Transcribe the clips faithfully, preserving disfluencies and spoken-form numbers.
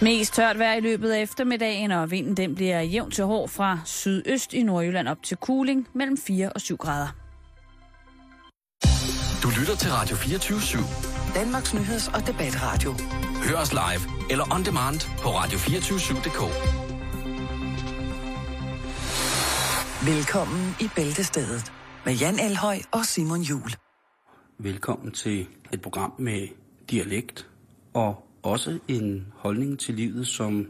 Mest tørt vejr i løbet af eftermiddagen, og vinden den bliver jævn til hård fra sydøst i Nordjylland op til Kuling mellem fire og syv grader. Du lytter til Radio fireogtyve syv. Danmarks nyheds- og debatradio. Hør os live eller on demand på radio to fire syv punktum d k. Velkommen i Bæltestedet med Jan Elhøj og Simon Juhl. Velkommen til et program med dialekt og også en holdning til livet, som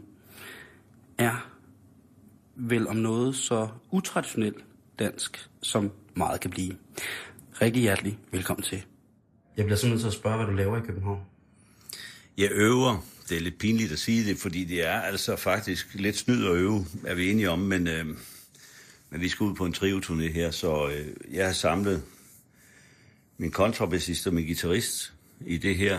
er vel om noget så utraditionelt dansk, som meget kan blive. Rigtig hjertelig velkommen til. Jeg bliver simpelthen til at spørge, hvad du laver i København. Jeg øver. Det er lidt pinligt at sige det, fordi det er altså faktisk lidt snyd at øve, er vi enige om, men, øh, men vi skal ud på en trio-turné her, så øh, jeg har samlet min kontrabassist og min guitarist i det her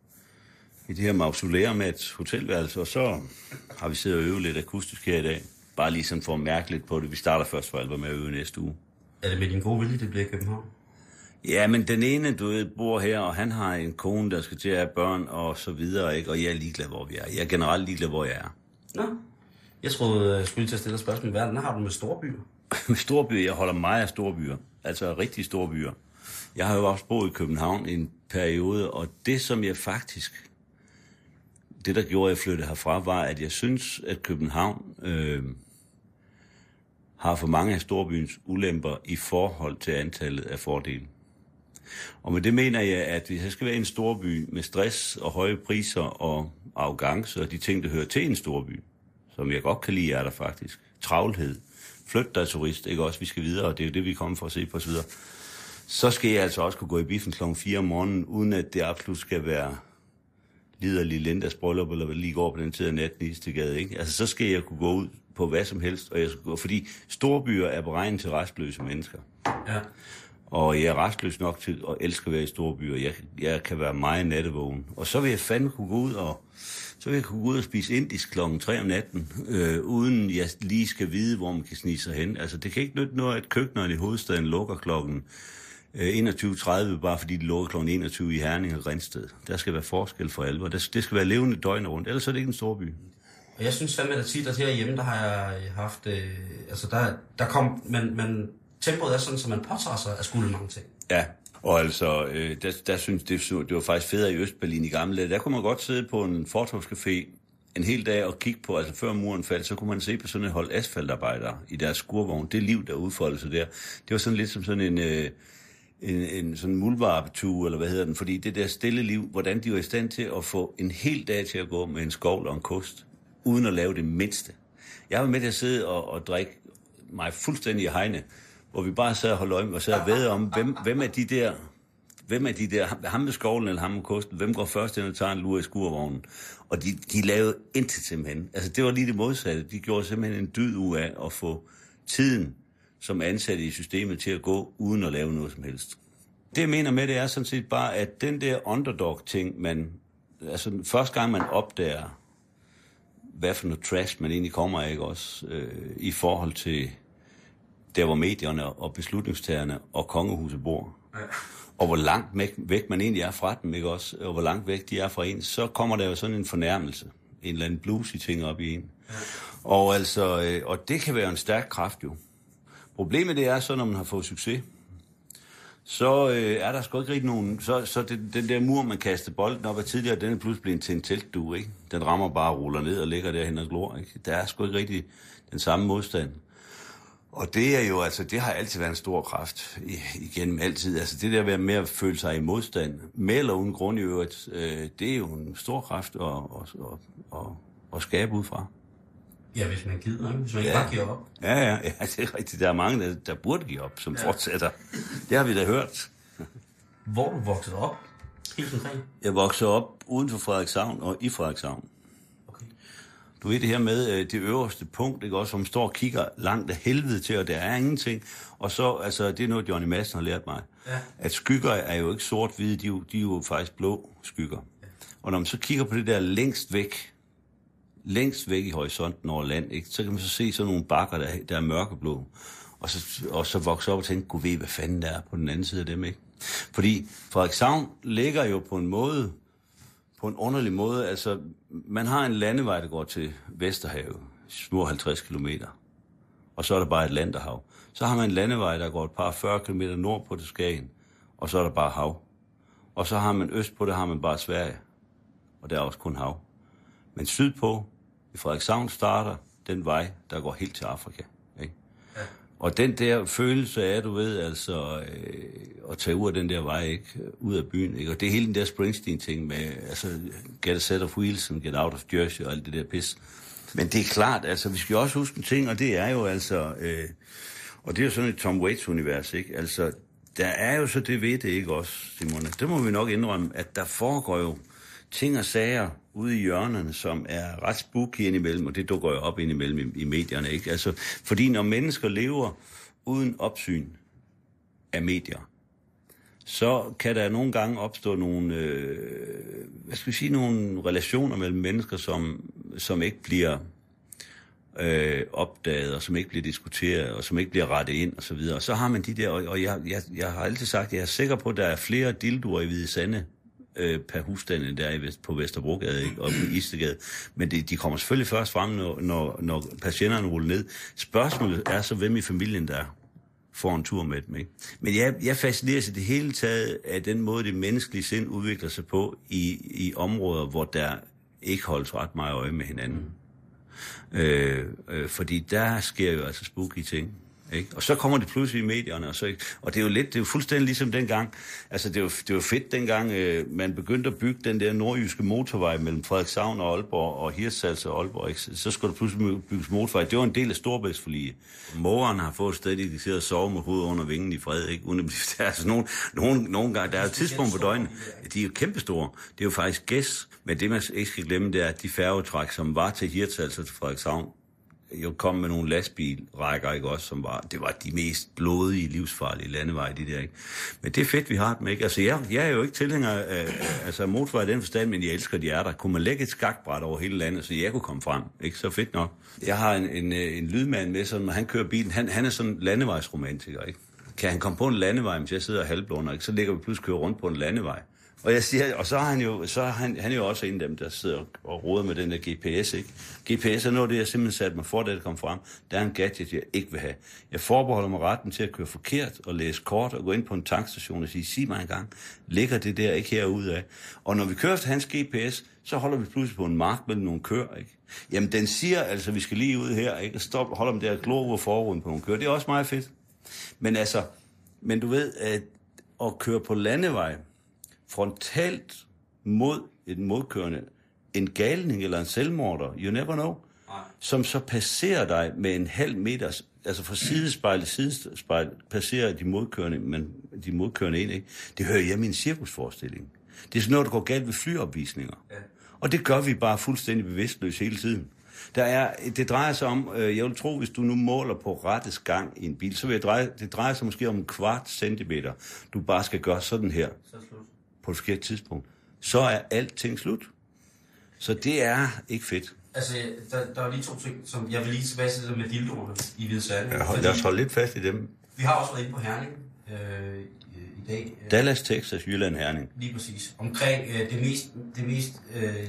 i det her mausoleum med et hotelværelse, og så har vi siddet og øvet lidt akustisk her i dag. Bare lige sådan for at mærke lidt på det. Vi starter først for alvor med at øve næste uge. Er det med din gode vilje, det bliver i København? Ja, men den ene, du ved, bor her, og han har en kone, der skal til at have børn, og så videre, ikke? Og jeg er ligeglad, hvor vi er. Jeg er generelt ligeglad, hvor jeg er. Nå, jeg troede, jeg skulle til at stille et spørgsmål. Hvordan har du med storbyer? Med storbyer? Jeg holder meget af storbyer. Altså rigtig storbyer. Jeg har jo også boet i København i en periode, og det, som jeg faktisk... Det, der gjorde, at jeg flyttede herfra, var, at jeg synes, at København øh, har for mange af storbyens ulemper i forhold til antallet af fordele. Og med det mener jeg, at hvis jeg skal være en storby med stress og høje priser og arrogance og de ting, der hører til en storby, som jeg godt kan lide, er der faktisk. Travlhed. Flyt dig turist, ikke også? Vi skal videre, og det er jo det, vi kommer for at se på osv. Så skal jeg altså også kunne gå i biffen klokken fire om morgenen, uden at det absolut skal være liderlig Lindas bryllup, eller lige går på den tid af natten i Istegade, ikke? Altså, så skal jeg kunne gå ud på hvad som helst, og jeg skal gå, fordi storbyer er beregnet til restløse mennesker. Ja. Og jeg er restløs nok til at elske at være i storbyer. Jeg, jeg kan være meget nattevågen. Og så vil jeg fandme kunne gå ud og, så vil jeg kunne gå ud og spise indisk klokken tre om natten, øh, uden jeg lige skal vide, hvor man kan snige sig hen. Altså, det kan ikke nytte noget, at køkkenerne i hovedstaden lukker klokken enogtyve tredive, bare fordi de lukker klokken enogtyve i Herning og Grindsted. Der skal være forskel for alvor. Det skal være levende døgnet rundt, ellers er det ikke en storby. Og jeg synes fandme, at tit, at herhjemme, der har jeg haft, øh, altså der, der kom, men, men tempoet er sådan, så man påtager sig at skulle mange ting. Ja, og altså, øh, der, der synes det, det var faktisk federe i Østberlin i gamle dage. Der kunne man godt sidde på en fortovscafé en hel dag og kigge på, altså før muren faldt, så kunne man se på sådan et hold asfaltarbejdere i deres skurvogn. Det liv, der udfoldede sig der, det var sådan lidt som sådan en... Øh, En, en sådan muldvarpetue, eller hvad hedder den, fordi det der stille liv, hvordan de var i stand til at få en hel dag til at gå med en skovl og en kost, uden at lave det mindste. Jeg var med til at sidde og, og drikke mig fuldstændig i hegne, hvor vi bare sad og holdt øje og sad og vædede om, hvem, hvem er de der, hvem er de der, ham med skovlen eller ham med kosten, hvem går først ind og tager en lur i skurvognen. Og de, de lavede intet simpelthen. Altså det var lige det modsatte. De gjorde simpelthen en dyd ud af at få tiden som ansatte i systemet til at gå, uden at lave noget som helst. Det jeg mener med det er sådan set bare, at den der underdog-ting, man, altså første gang man opdager, hvad for noget trash man egentlig kommer af, ikke også, øh, i forhold til der, hvor medierne og beslutningstagerne og kongehuset bor, ja. Og hvor langt væk man egentlig er fra dem, ikke også, og hvor langt væk de er fra en, så kommer der jo sådan en fornærmelse, en eller anden bluesy ting op i en. Ja. Og altså, øh, og det kan være en stærk kraft jo. Problemet det er så, når man har fået succes, så øh, er der sgu ikke rigtig nogen... Så, så det, den der mur, man kaster bolden op af tidligere, den er pludselig blevet til en teltdue, ikke? Den rammer bare og ruller ned og ligger derhen og glor, ikke? Der er sgu ikke rigtig den samme modstand. Og det er jo, altså, det har altid været en stor kraft igennem altid. Altså det der med at føle sig i modstand, med eller uden grund i øvrigt, øh, det er jo en stor kraft at, at, at, at, at skabe ud fra. Ja, hvis man gider, ikke? Hvis man ikke ja. bare giver op. Ja, ja, ja, det er rigtigt. Der er mange, der, der burde give op, som ja. fortsætter. Det har vi da hørt. Hvor er du vokset op? Helt omkring? Jeg voksede op uden for Frederikshavn og i Frederikshavn. Okay. Du ved det her med det øverste punkt, ikke også, som står og kigger langt af helvede til, og der er ingenting. Og så, altså, det er noget, Johnny Madsen har lært mig. Ja. At skygger er jo ikke sort-hvide, de, de er jo faktisk blå skygger. Ja. Og når man så kigger på det der længst væk, længst væk i horisonten over land, ikke? Så kan man så se sådan nogle bakker, der, der er mørkeblå. Og så, og så vokse op og tænke, gud ved, hvad fanden der er på den anden side af dem, ikke? Fordi Frederikshavn ligger jo på en måde på en underlig måde. Altså, man har en landevej, der går til Vesterhavet, små halvtreds kilometer, og så er der bare et landerhav. Så har man en landevej, der går et par fyrre kilometer nord på det Skagen, og så er der bare hav. Og så har man øst på det, har man bare Sverige, og der er også kun hav. Men sydpå, i Frederikshavn, starter den vej, der går helt til Afrika. Ikke? Ja. Og den der følelse af, du ved, altså, øh, at tage ud af den der vej, ikke? Ud af byen, ikke? Og det er hele den der Springsteen-ting med, altså, get a set of wheels and get out of Jersey og alt det der pis. Men det er klart, altså, vi skal også huske en ting, og det er jo altså, øh, og det er jo sådan et Tom Waits-univers, ikke? Altså, der er jo så det ved det, ikke også, Simone? Det må vi nok indrømme, at der foregår jo ting og sager ude i hjørnerne, som er ret spooky indimellem, og det dukker jo op indimellem i, i medierne, ikke? Altså, fordi når mennesker lever uden opsyn af medier, så kan der nogle gange opstå nogle, øh, hvad skal vi sige, nogle relationer mellem mennesker, som, som ikke bliver øh, opdaget, og som ikke bliver diskuteret, og som ikke bliver rettet ind, og så videre. Og så har man de der, og, og jeg, jeg, jeg har altid sagt, jeg er sikker på, at der er flere dildoer i Hvide Sande øh, per husstand, end der er på Vesterbrogade, ikke? Og på Istegade. Men det, de kommer selvfølgelig først frem, når, når, når patienterne ruller ned. Spørgsmålet er så, hvem i familien der er, får en tur med dem, ikke? Men jeg, jeg fascinerer sig det hele taget af den måde, det menneskelige sind udvikler sig på i, i områder, hvor der ikke holdes ret meget øje med hinanden. Mm. Øh, øh, fordi der sker jo altså spooky ting. Ikke? Og så kommer det pludselig i medierne, og, så, og det er jo lidt, det er jo fuldstændig ligesom dengang, altså det var, det var fedt dengang, øh, man begyndte at bygge den der nordjyske motorvej mellem Frederikshavn og Aalborg, og Hirtshals og Aalborg, ikke? Så skulle der pludselig bygges motorvej. Det var en del af Storebæltsforliget. Mågeren har fået stadig, de sidder og sover med hovedet under vingen i fred, ikke? Uden at, der er altså nogle, nogle, nogle gange, der er et tidspunkt på døgnet, de er jo kæmpestore. Det er jo faktisk gæs, men det man ikke skal glemme, det er, at de færgetræk, som var til Hirtshals og til Frederikshavn, jeg kom med nogle lastbilrækker, ikke også, som var, det var de mest blodige, livsfarlige landeveje, de der, ikke? Men det er fedt, vi har dem, ikke? Altså, jeg, jeg er jo ikke tilhænger af altså, motorvej i den forstand, men jeg elsker, de er der. Kunne man lægge et skakbræt over hele landet, så jeg kunne komme frem, ikke? Så fedt nok. Jeg har en, en, en lydmand med, som når han kører bilen, han, han er sådan en landevejsromantiker, ikke? Kan han komme på en landevej, mens jeg sidder halvblåner, ikke? Så ligger vi pludselig køre rundt på en landevej. Og jeg siger, og så er han jo, så er han, han er jo også en af dem, der sidder og roder med den der G P S, ikke? G P S er noget af det, jeg simpelthen satte mig for, da det kom frem. Der er en gadget, jeg ikke vil have. Jeg forbeholder mig retten til at køre forkert og læse kort og gå ind på en tankstation og sige, sig mig engang, ligger det der ikke herude af? Og når vi kører efter hans G P S, så holder vi pludselig på en mark mellem nogle køer, ikke? Jamen, den siger altså, vi skal lige ud her, ikke? Og stop, holder dem der og glor over forruden på nogle køer. Det er også meget fedt. Men altså, men du ved, at at køre på landevej, frontalt mod et modkørende, en galning eller en selvmorder, you never know, nej, som så passerer dig med en halv meters, altså fra sidespejl til sidespejl, passerer de modkørende, men de modkørende ind, ikke? Det hører hjemme i en cirkusforestilling. Det er sådan noget, der går galt ved flyopvisninger. Ja. Og det gør vi bare fuldstændig bevidstløst hele tiden. Der er, det drejer sig om, øh, jeg vil tro, hvis du nu måler på rettes gang i en bil, så vil jeg dreje, det drejer sig måske om en kvart centimeter. Du bare skal gøre sådan her. Så slut. På et forkert tidspunkt, så er alting slut. Så det er ikke fedt. Altså, der, der er lige to ting, som jeg vil lige tilbage til det med dildoerne i Hvide Sande. Ja, hold, lad os holde lidt fast i dem. Vi har også været inde på Herning øh, i dag. Øh, Dallas, Texas, Jylland, Herning. Lige præcis. Omkring øh, det mest, det mest øh, øh,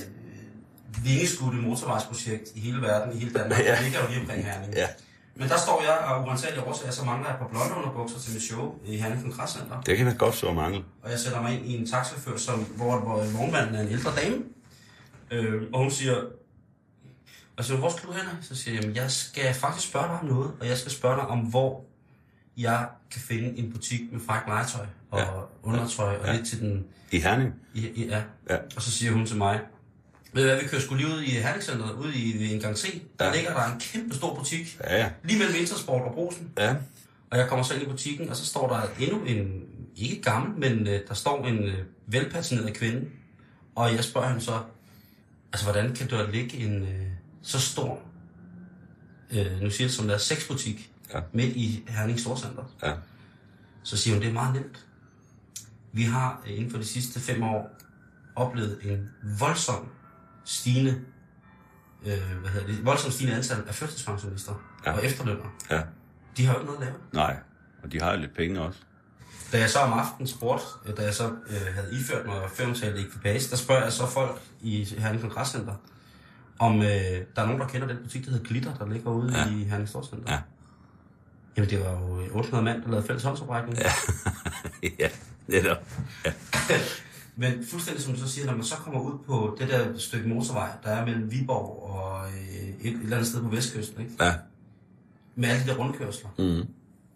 vingeskudte motorvejsprojekt i hele verden, i hele Danmark. Ja. Det ligger jo lige omkring Herning. Ja. Men der står jeg, og uansagelige årsager, så mangler jeg på blonde underbukser til mit show i Herning Kongresscenter. Det kan man godt så mangle. Og jeg sætter mig ind i en taxachauffør, som, hvor, hvor vognmanden er en ældre dame. Øh, og hun siger, altså, hvor skal du hen? Så siger jeg, jeg skal faktisk spørge dig om noget, og jeg skal spørge dig om, hvor jeg kan finde en butik med fræk legetøj og ja. undertøj og ja. lidt til den... I Herning? I, i, ja. ja. Og så siger hun til mig, ved du hvad, vi kører sgu lige ud i Herningcenteret, ude i en gang C. Der ja. ligger der en kæmpe stor butik. Ja, ja. Lige mellem Intersport og Brugsen. Ja. Og jeg kommer så ind i butikken, og så står der endnu en, ikke gammel, men uh, der står en uh, velpassioneret kvinde. Og jeg spørger hende så, altså hvordan kan der ligge en uh, så stor, uh, nu siger det som der er sexbutik, ja. midt i Herning Storcenter. Ja. Så siger hun, det er meget nemt. Vi har uh, inden for de sidste fem år oplevet en voldsom stigende, øh, hvad hedder det, voldsomt stigende antal af førtidspensionister ja. og efterlønnere. Ja. De har jo ikke noget at lave. Nej, og de har jo lidt penge også. Da jeg så om aftenen spurgte, da jeg så øh, havde iført mig femtal ekvipage, der spørger jeg så folk i Herning Kongresscenter, om øh, der er nogen, der kender den butik, der hedder Glitter, der ligger ude ja. i Herning Storcenter. Ja. Jamen, det var jo otte hundrede mand, der lavede fælles håndsoprækning. Ja, ja, det er der. Ja. Men fuldstændig som du så siger, når man så kommer ud på det der stykke motorvej, der er mellem Viborg og øh, et, et eller andet sted på Vestkysten, ikke? Ja. Med alle de der rundkørsler. Mm.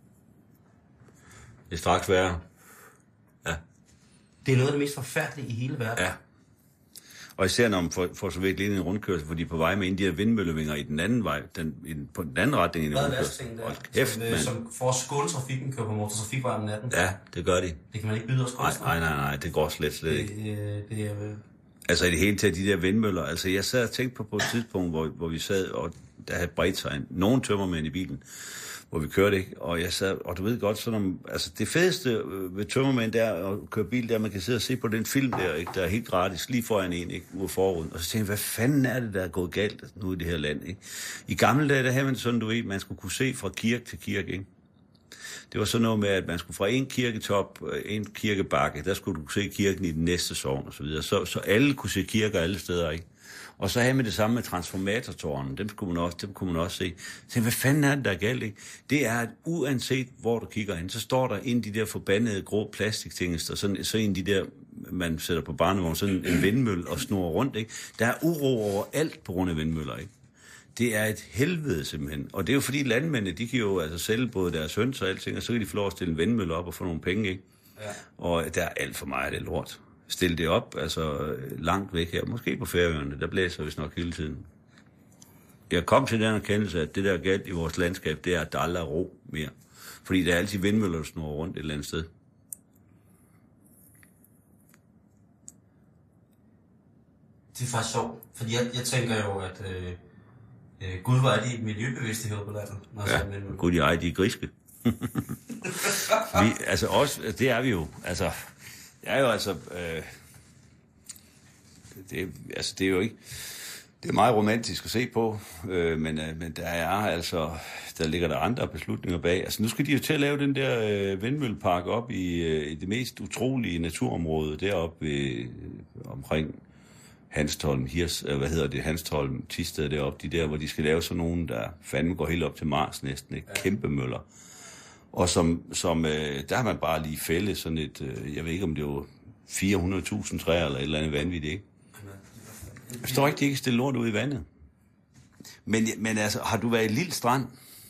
Det er straks værre. Ja. Det er noget af det mest forfærdelige i hele verden. Ja. Og især når man får, får så virkelig en rundkørsel, fordi på vej med en de her vindmøllevinger i den anden vej, den, i, på den anden retning i en rundkørsel. Hvad er kæft, som, øh, som for at skåne trafikken kører på motortrafikvej om natten? Ja, det gør de. Det kan man ikke byde os kunstner. Nej, nej, nej, det går slet, slet ikke. Det, øh, det er, øh... Altså i det hele taget, de der vindmøller. Altså jeg sad og tænkte på på et tidspunkt, hvor, hvor vi sad, og der havde bredt sig en, nogen tømmermænd i bilen, hvor vi kørte, ikke? Og jeg sad, og du ved godt, sådan om, altså det fedeste ved tømmermænd, der at køre bil, der man kan sidde og se på den film der, ikke? Der er helt gratis, lige foran en, ikke? Ude forruden. Og så tænkte jeg, hvad fanden er det, der er gået galt nu i det her land, ikke? I gamle dage, der havde man sådan, du ved, man skulle kunne se fra kirke til kirke, ikke? Det var sådan noget med, at man skulle fra en kirketop, en kirkebakke, der skulle du kunne se kirken i den næste sogn og så videre. Så, så alle kunne se kirker alle steder, ikke? Og så havde man det samme med transformatortårnen. Dem, skulle man også, dem kunne man også se. Så hvad fanden er det, der er galt, ikke? Det er, at uanset hvor du kigger hen, så står der en af de der forbandede grå plastikting, så, sådan, så en af de der, man sætter på barnevogn, sådan en vindmølle og snurrer rundt, ikke? Der er uro over alt på grund af vindmøller, ikke? Det er et helvede simpelthen. Og det er jo fordi landmændene, de kan jo altså sælge både deres høns og alting, og så kan de få lov at stille en vindmølle op og få nogle penge, ikke? Ja. Og der er alt for meget det lort. Stil det op, altså langt væk her, måske på Færøerne, der blæser vi nok hele tiden. Jeg kom til den erkendelse, at det der er galt i vores landskab, det er, at der aldrig er ro mere. Fordi der er altid vindmøller, der snurrer rundt et eller andet sted. Det er faktisk sjovt, fordi jeg, jeg tænker jo, at øh, øh, Gud var de miljøbevidste her på landet. Ja, Gud, de er de griske. vi, altså også, det er vi jo, altså... Det er jo altså, øh, det, altså, det er jo ikke, det er meget romantisk at se på, øh, men, øh, men der er altså, der ligger der andre beslutninger bag. Altså nu skal de jo til at lave den der øh, vindmøllepark op i, øh, i det mest utrolige naturområde, deroppe øh, omkring Hanstholm, Hirs, øh, hvad hedder det, Hanstholm, Thisted deroppe, de der, hvor de skal lave sådan nogen, der fandme går helt op til Mars næsten, ikke? Kæmpe møller. Og som, som øh, der har man bare lige fældet sådan et, øh, jeg ved ikke om det var fire hundrede tusind træer eller et eller andet vanvittigt, ikke? Jeg forstår ikke, de ikke stille lort ud i vandet. Men, men altså, har du været i Lille Strand?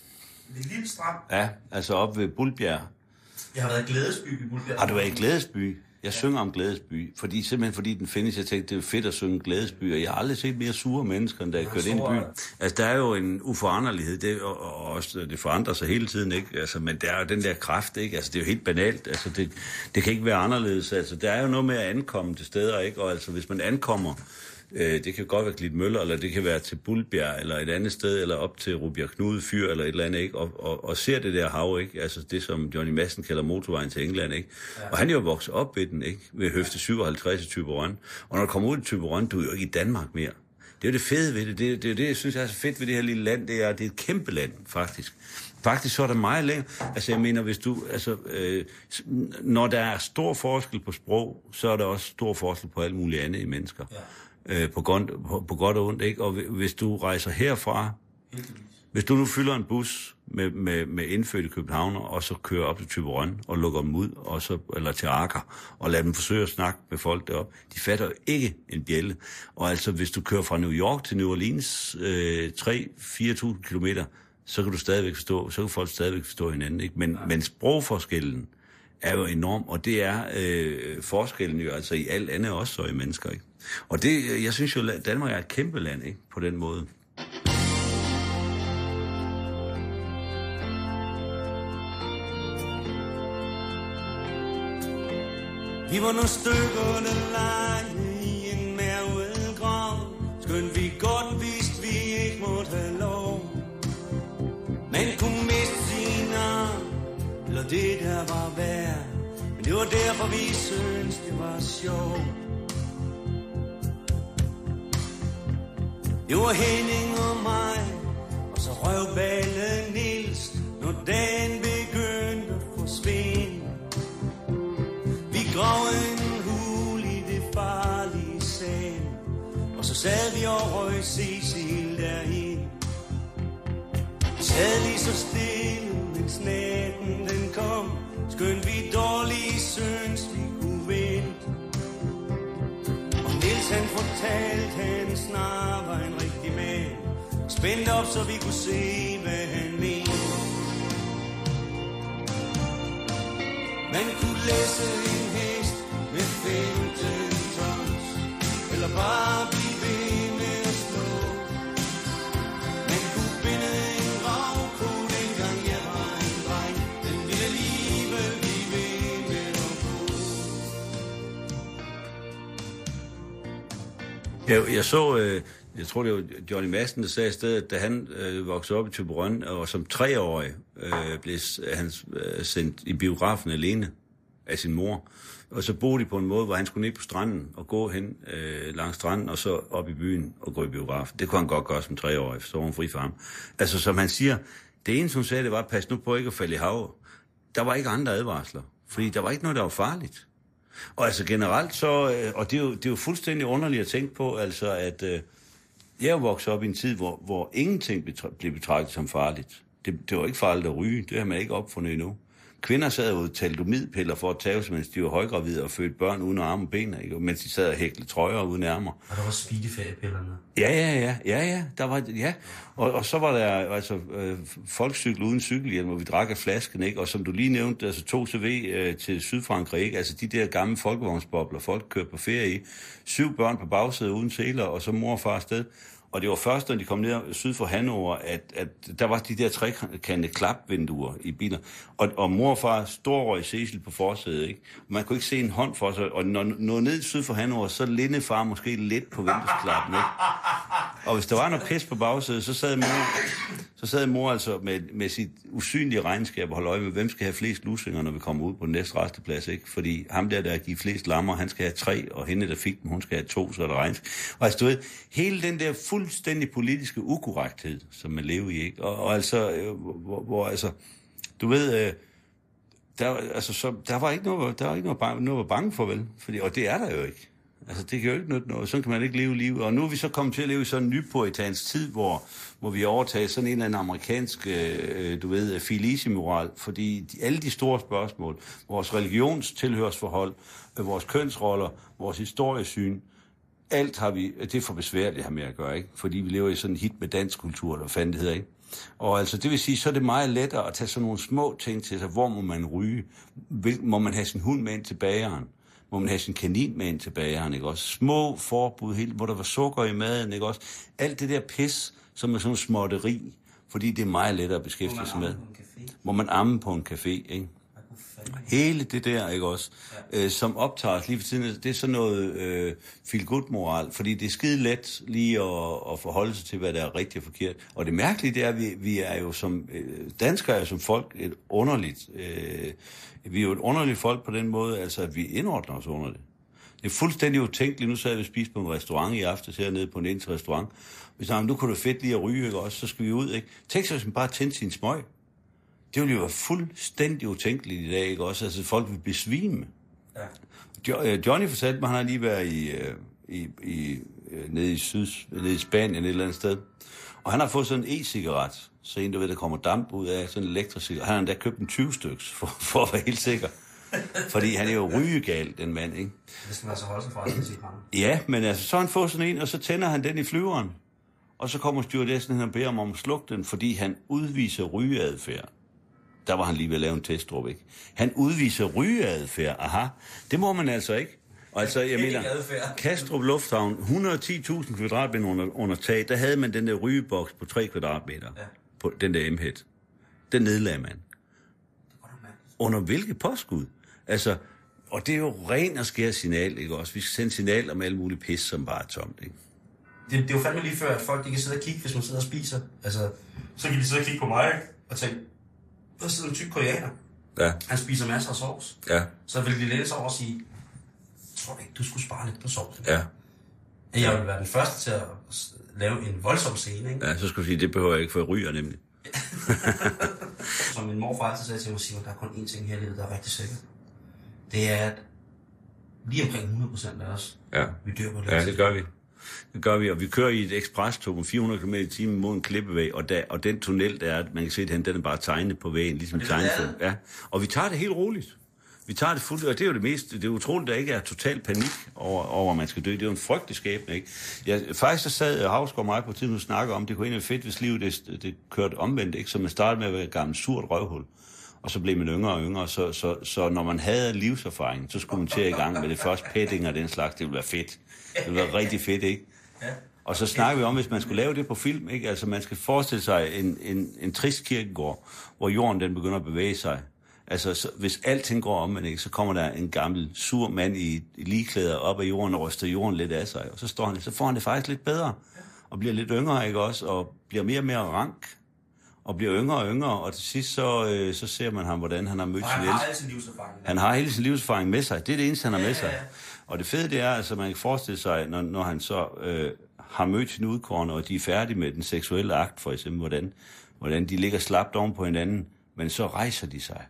I Lille Strand? Ja, altså op ved Bulbjerg. Jeg har været i Glædesby i Bulbjerg. Har du været i Glædesby? Jeg ja. synger om Glædesby, fordi, simpelthen fordi den findes. Jeg tænkte, det er fedt at synge Glædesby, og jeg har aldrig set mere sure mennesker, end da jeg kørte ind i byen. Altså, der er jo en uforanderlighed, det, og, og også, det forandrer sig hele tiden, ikke? Altså, men der er jo den der kraft, ikke? Altså, det er jo helt banalt. Altså, det, det kan ikke være anderledes. Altså, der er jo noget med at ankomme til steder, ikke? Og altså, hvis man ankommer, øh, det kan godt være Klitmøller, eller det kan være til Bulbjerg, eller et andet sted, eller op til Rubjerg Knude Fyr, eller et eller andet, ikke? Og, og, og ser det der hav, ikke? Altså, det som Johnny Madsen kalder motorvejen til England, ikke? Ja. Og han er jo vokset op ved den, ikke? Ved høfte syvoghalvtreds i Thyborøn. Og når du kommer ud i Thyborøn, du er jo ikke i Danmark mere. Det er jo det fede ved det. Det er det, er det jeg synes er så fedt ved det her lille land. Det er, det er et kæmpe land, faktisk. Faktisk så er der meget længere. Altså, jeg mener, hvis du... Altså, øh, når der er stor forskel på sprog, så er der også stor forskel på alt muligt andet i mennesker. Ja. Øh, på, godt, på, på godt og ondt, ikke? Og hvis du rejser herfra... Hvis du nu fylder en bus med, med, med indfødte københavner, og så kører op til Thyborøn og lukker dem ud, og så, eller til Aker, og lader dem forsøge at snakke med folk deroppe, de fatter jo ikke en bjælle. Og altså, hvis du kører fra New York til New Orleans øh, tre til fire tusind kilometer, så kan du stadigvæk forstå, så kan folk stadigvæk forstå hinanden, ikke? Men, men sprogforskellen er jo enorm, og det er øh, forskellen jo altså i alt andet også, så i mennesker, ikke? Og det, jeg synes jo, Danmark er et kæmpe land, ikke? På den måde. Vi var nogle stykker, der lege i en mærvet grav. Skønt vi godt vidste, vi ikke måtte have lov. Man kunne miste sin arm, eller det der var værd. Men det var derfor, vi syntes, det var sjovt. Det var Henning og mig, og så røvballen Niels, når dagen begyndte at forsvinde. så sad vi og røg Cecil derhen. Sad lige så stille, mens natten den kom. Skønt vi dårligt synes, vi kunne vente. Og Niels han fortalte, han snart var en rigtig mand. Spændt op, så vi kunne se, hvad han mente. Man kunne læse en hest med femten tons, eller bare blive ved med at slå. Man kunne binde en ravko, dengang jeg var en dreng. Den ville alligevel blive ved med at gå. Jeg, jeg så, øh, jeg tror det var Johnny Madsen, der sagde i stedet, da han øh, voksede op i Thyborøn, og som treårig øh, blev han øh, sendt i biografen alene af sin mor. Og så boede de på en måde, hvor han skulle ned på stranden og gå hen øh, langs stranden, og så op i byen og gå i biografen. Det kunne han godt gøre som treårig, så var han fri for ham. Altså som han siger, det eneste hun sagde, det var, pas nu på ikke at falde i havet. Der var ikke andre advarsler, fordi der var ikke noget, der var farligt. Og altså generelt så, øh, og det er, jo, det er jo fuldstændig underligt at tænke på, altså at øh, jeg voksede op i en tid, hvor, hvor ingenting blev betragtet som farligt. Det, det var ikke farligt at ryge, det har man ikke opfundet endnu. Kvinder sad ud og thalidomidpiller for at tage, mens de var højgravide og fødte børn uden arme og ben, ikke? Mens de sad og hæklede trøjer uden ærmer. Og der var speediferiepillerne. Ja, ja, ja, ja, ja, der var, ja. Og, og så var der altså øh, folkcykel uden cykelhjelm, hvor vi drak af flasken, ikke? Og som du lige nævnte, altså to C V øh, til Sydfrankrig, ikke? Altså de der gamle folkevognsbobler, folk kørte på ferie i. Syv børn på bagsædet uden seler, og så mor og far afsted. Og det var først, når de kom ned syd for Hannover, at, at der var de der trekantede klapvinduer i biler. Og, og mor og far storrøg Cecil på forsædet, ikke? Man kunne ikke se en hånd for sig. Og når når ned syd for Hannover, så lindede far måske lidt på vinduesklappen, ikke? Og hvis der var noget pis på bagsædet, så sad mor, så sad mor altså med, med sit usynlige regnskab og holde øje med, hvem skal have flest lusinger, når vi kommer ud på den næste resteplads, ikke? Fordi ham der, der giver flest lammer, han skal have tre, og hende, der fik dem, hun skal have to, så er der regnskab. Og altså, du ved, hele den der fuldstændig politiske ukorrekthed, som man lever i, ikke? Og, og altså, øh, hvor, hvor altså, du ved, øh, der, altså, så, der var ikke noget, der var ikke noget, bange, noget var bange for, vel? Fordi, og det er der jo ikke. Altså, det kan jo ikke noget, noget. Sådan kan man ikke leve livet. Og nu er vi så kommet til at leve i sådan en nypuritansk tid, hvor, hvor vi overtager sådan en eller anden amerikansk, øh, du ved, filisi-moral, fordi de, alle de store spørgsmål, vores religionstilhørsforhold, øh, vores kønsroller, vores historiesyn, alt har vi, det er for besværligt her med at gøre, ikke? Fordi vi lever i sådan en hit med dansk kultur, eller hvad fanden det hedder, ikke? Og altså, det vil sige, så er det meget lettere at tage sådan nogle små ting til sig. Hvor må man ryge? Vil, må man have sin hund med ind til bageren? Må man have sin kanin med ind til bageren, ikke også? Små forbud, helt, hvor der var sukker i maden, ikke også? Alt det der pis, som er sådan en småtteri, fordi det er meget lettere at beskæftige sig med. Må man amme på en café, ikke? Hele det der, ikke også, ja. øh, som optager os lige for tiden, det er sådan noget øh, feel-good-moral, fordi det er skide let lige at, at forholde sig til, hvad der er rigtigt og forkert. Og det mærkelige, det er, at vi, vi er jo som øh, danskere, er jo som folk et underligt, øh, vi er jo et underligt folk på den måde, altså at vi indordner os under det. Det er fuldstændig utænkeligt. Nu sad vi og spiste på en restaurant i aftes hernede på en eneste restaurant. Vi sagde, nu kunne det fedt lige at ryge, ikke også, så skal vi ud, ikke? Tænk sig, hvis man bare tændte sin smøg. Det ville jo være fuldstændig utænkeligt i dag, ikke også? Altså, folk vil besvime. Ja. Johnny fortalte mig, han har lige været i, i, i, nede, i syd, nede i Spanien et eller andet sted. Og han har fået sådan en e-cigaret. Så en, du ved, der kommer damp ud af sådan en elektrisk cigaret. Han har endda købt en tyve styks, for, for at være helt sikker. Fordi han er jo rygegal, den mand, ikke? Det skal man så holde sig fra, den cigaret. Ja, men altså, så har han fået sådan en, og så tænder han den i flyveren. Og så kommer stewardessen, han beder ham om at slukke den, fordi han udviser rygeadfærd. Der var han lige ved at lave en testdrop, ikke? Han udviser rygeadfærd. Aha, det må man altså ikke. Og altså, jeg mener, Kastrup Lufthavn, et hundrede og ti tusind kvadratmeter under, under tag, der havde man den der rygeboks på tre kvadratmeter. Ja. På den der M-head. Den nedlagde man. Under hvilket påskud? Altså, og det er jo ren og skær signal, ikke også? Vi skal sende signal om alle mulige pis, som bare er tomt, ikke? Det, det er jo fandme lige før, at folk de kan sidde og kigge, hvis man sidder og spiser. Altså, så kan de sidde og kigge på mig, ikke? Og tænke, der sidder en tyk koreaner. Ja. Han spiser masser af sovs. Ja. Så vil de læse over og sige, tror du ikke, du skulle spare lidt på sovsen? Ja. Jeg vil være den første til at lave en voldsom scene, ikke? Ja, så skal vi sige, det behøver jeg ikke, for jeg ryger nemlig. Som min morfar altid sagde til mig, Simon, der er kun én ting her i livet, der er rigtig sikkert. Det er, at lige omkring hundrede procent af os, ja. vi dør på det. Ja, det gør vi. Det gør vi, og vi kører i et eksprestog med fire hundrede kilometer i timen mod en klippevæg, og, der, og den tunnel, der er, man kan se, at den er bare tegnet på vægen, ligesom tegnet. Ja. Og vi tager det helt roligt. Vi tager det fuldt, og det er jo det mest, det er utroligt, der ikke er total panik over, over at man skal dø. Det er jo en frygtelig skæbne, ikke? Jeg, faktisk så sad Havsgaard mig på tiden, og snakker om, det kunne egentlig være fedt, hvis livet det, det kørte omvendt, ikke? Så man startede med at være et gammelt surt røvhul, og så blev man yngre og yngre, så, så, så når man havde livserfaring, så skulle man til i gang med det første petting og den slags, det ville være fedt. Det ville være rigtig fedt, ikke? Og så snakker vi om, hvis man skulle lave det på film, ikke? Altså man skal forestille sig en, en, en trist kirkegård, hvor jorden den begynder at bevæge sig. Altså, så, hvis alting går om, ikke, så kommer der en gammel, sur mand i, i ligeklæder op af jorden og ryster jorden lidt af sig. Og så, står han, så får han det faktisk lidt bedre, og bliver lidt yngre, ikke også? Og bliver mere og mere rank, og bliver yngre og yngre. Og til sidst, så, øh, så ser man ham, hvordan han har mødt sin han har hele sin livserfaring. Han har hele sin livserfaring med sig. Det er det eneste, han har med sig. Og det fede, det er, altså, man kan forestille sig, når, når han så øh, har mødt sin udkårne, og de er færdige med den seksuelle akt, for eksempel, hvordan, hvordan de ligger slapt oven på hinanden, men så rejser de sig.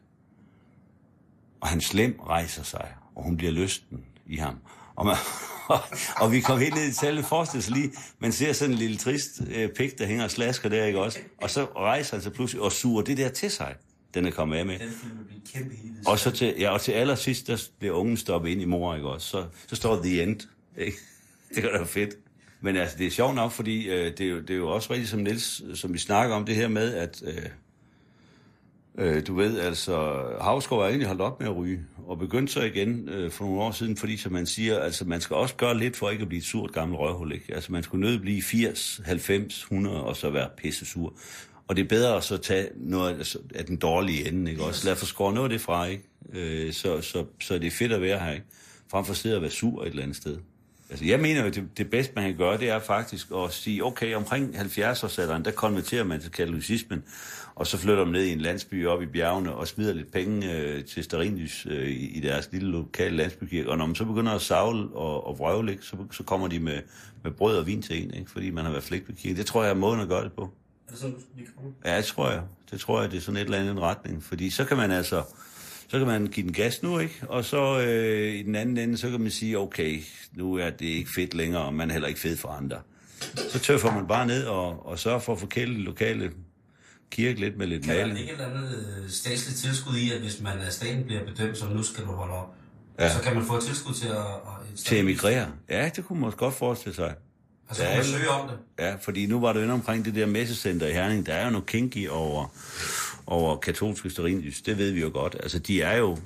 Og hans slem rejser sig, og hun bliver lysten i ham. Og, man, og, og vi kom helt ned i tallet, forestille sig lige, man ser sådan en lille trist øh, pik, der hænger og slasker der, ikke også? Og så rejser han sig pludselig og suger det der til sig, den er kommet af med. Den film bliver kæmpe hit. Og så til, ja, og til allersidst, der bliver ungen stoppet ind i mor, ikke også? Så, så står the end, ikke? Det er da fedt. Men altså, det er sjovt nok, fordi øh, det, er jo, det er jo også rigtigt som Niels, som vi snakker om det her med, at... Øh, Øh, du ved, altså, Havsgaard er egentlig holdt op med at ryge, og begyndte så igen øh, for nogle år siden, fordi som man siger, altså, man skal også gøre lidt for ikke at blive et surt gammelt røvhul, ikke? Altså, man skulle nødt blive firs, halvfems, hundrede, og så være pisse sur. Og det er bedre at så tage noget af den dårlige ende, ikke? Også lad for skåre noget af det fra, ikke? Øh, så, så, så det er fedt at være her, ikke? Frem for at sidde og være sur et eller andet sted. Altså, jeg mener jo, det, det bedste, man kan gøre, det er faktisk at sige, okay, omkring halvfjerds-årsalderen, der konverterer man til katolicismen, og så flytter man ned i en landsby op i bjergene og smider lidt penge øh, til stearinlys øh, i, i deres lille lokale landsbykirke. Og når man så begynder at savle og, og vrøvle, ikke, så, så kommer de med, med brød og vin til en, ikke, fordi man har været flink ved kirke. Det tror jeg er måden at gøre det på. Er det sådan, vi kommer? Ja, det tror jeg. Det tror jeg, det er sådan et eller andet retning. Fordi så kan man altså... Så kan man give den gas nu, ikke? Og så øh, i den anden ende, så kan man sige, okay, nu er det ikke fedt længere, og man er heller ikke fed for andre. Så tøffer man bare ned og, og sørger for at forkæle lokale kirke lidt med lidt kan maling. Kan der ikke et eller andet statsligt tilskud i, at hvis man af staten bliver bedømt, så nu skal du holde op, ja. Så kan man få et tilskud til at... at til at emigrere? Ja, det kunne man også godt forestille sig. Altså, kan man søge om det? Ja, fordi nu var det jo omkring det der messecenter i Herning. Der er jo noget kinky over, over katolske stearinlys. Det ved vi jo godt. Altså, de er jo...